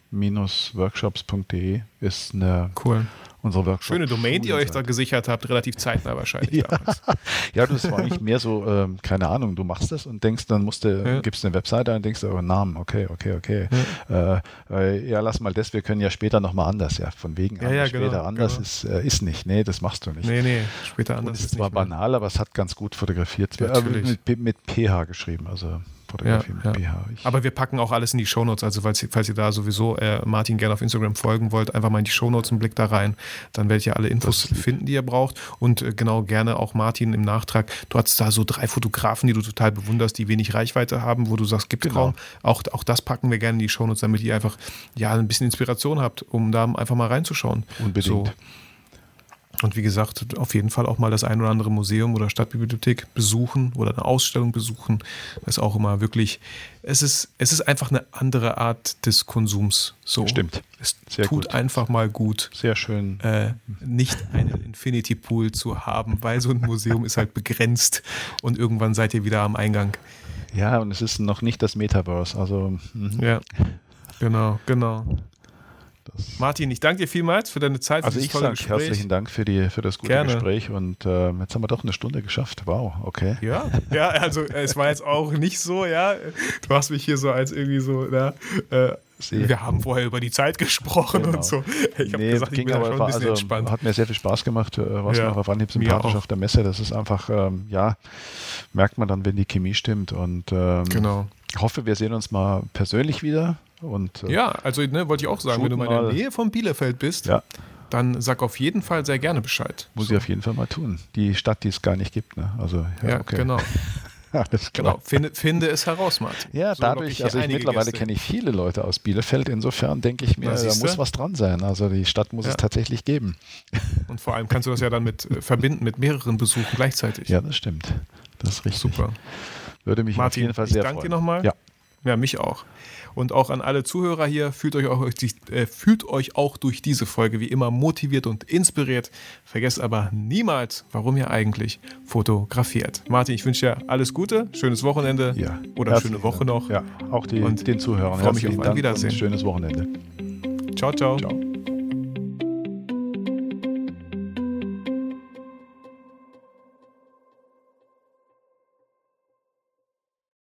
foto-workshops.de ist cool. Unsere Workshop. Schöne Domain, die ihr euch da gesichert habt, relativ zeitnah wahrscheinlich damals. Ja, das war eigentlich mehr so, keine Ahnung, du machst das und denkst, dann gibst eine Webseite und denkst, oh, Namen, okay. Ja, lass mal das, wir können ja später nochmal anders, ja, von wegen später anders ist nicht, nee, das machst du nicht. Nee, später anders und ist zwar banal, aber es hat ganz gut fotografiert, mit PH geschrieben, also Fotografie mit PH. Aber wir packen auch alles in die Shownotes, also falls ihr da sowieso Martin gerne auf Instagram folgen wollt, einfach mal in die Shownotes einen Blick da rein, dann werdet ihr alle Infos finden, die ihr braucht und genau gerne auch Martin im Nachtrag. Du hast da so 3 Fotografen, die du total bewunderst, die wenig Reichweite haben, wo du sagst, gibt kaum. Auch das packen wir gerne in die Shownotes, damit ihr einfach ein bisschen Inspiration habt, um da einfach mal reinzuschauen. Unbedingt. So. Und wie gesagt, auf jeden Fall auch mal das ein oder andere Museum oder Stadtbibliothek besuchen oder eine Ausstellung besuchen. Das ist auch immer wirklich, es ist einfach eine andere Art des Konsums. So. Stimmt. Es tut einfach mal gut. Sehr schön. Nicht einen Infinity Pool zu haben, weil so ein Museum ist halt begrenzt und irgendwann seid ihr wieder am Eingang. Ja, und es ist noch nicht das Metaverse. Also, ja, genau. Martin, ich danke dir vielmals für deine Zeit. Also ich sage herzlichen Dank für das gute Gespräch und jetzt haben wir doch eine Stunde geschafft. Wow, okay. Ja, also es war jetzt auch nicht so, du hast mich hier so als irgendwie so, wir haben vorher über die Zeit gesprochen und so. Ich habe gesagt, ich bin da schon ein bisschen entspannt. Hat mir sehr viel Spaß gemacht, was mir auch auf Anhieb sympathisch auf der Messe. Das ist einfach, merkt man dann, wenn die Chemie stimmt und genau. Ich hoffe, wir sehen uns mal persönlich wieder. Und, wollte ich auch sagen, wenn du mal in der Nähe von Bielefeld bist, dann sag auf jeden Fall sehr gerne Bescheid. Muss ich auf jeden Fall mal tun. Die Stadt, die es gar nicht gibt. Ne? Also, okay. Genau. Alles klar. Genau, finde es heraus, Martin. Ja, so dadurch, mittlerweile kenne ich viele Leute aus Bielefeld. Insofern denke ich mir, da muss was dran sein. Also die Stadt muss es tatsächlich geben. Und vor allem kannst du das ja dann verbinden mit mehreren Besuchen gleichzeitig. Ja, das stimmt. Das ist richtig. Super. Würde mich Martin, auf jeden Fall sehr freuen. Ich danke dir nochmal. Ja, mich auch. Und auch an alle Zuhörer hier, fühlt euch auch durch diese Folge wie immer motiviert und inspiriert. Vergesst aber niemals, warum ihr eigentlich fotografiert. Martin, ich wünsche dir alles Gute, schönes Wochenende oder schöne Woche noch. Ja, auch den Zuhörern. Freue mich auf ein Wiedersehen. Schönes Wochenende. Ciao, ciao. Ciao.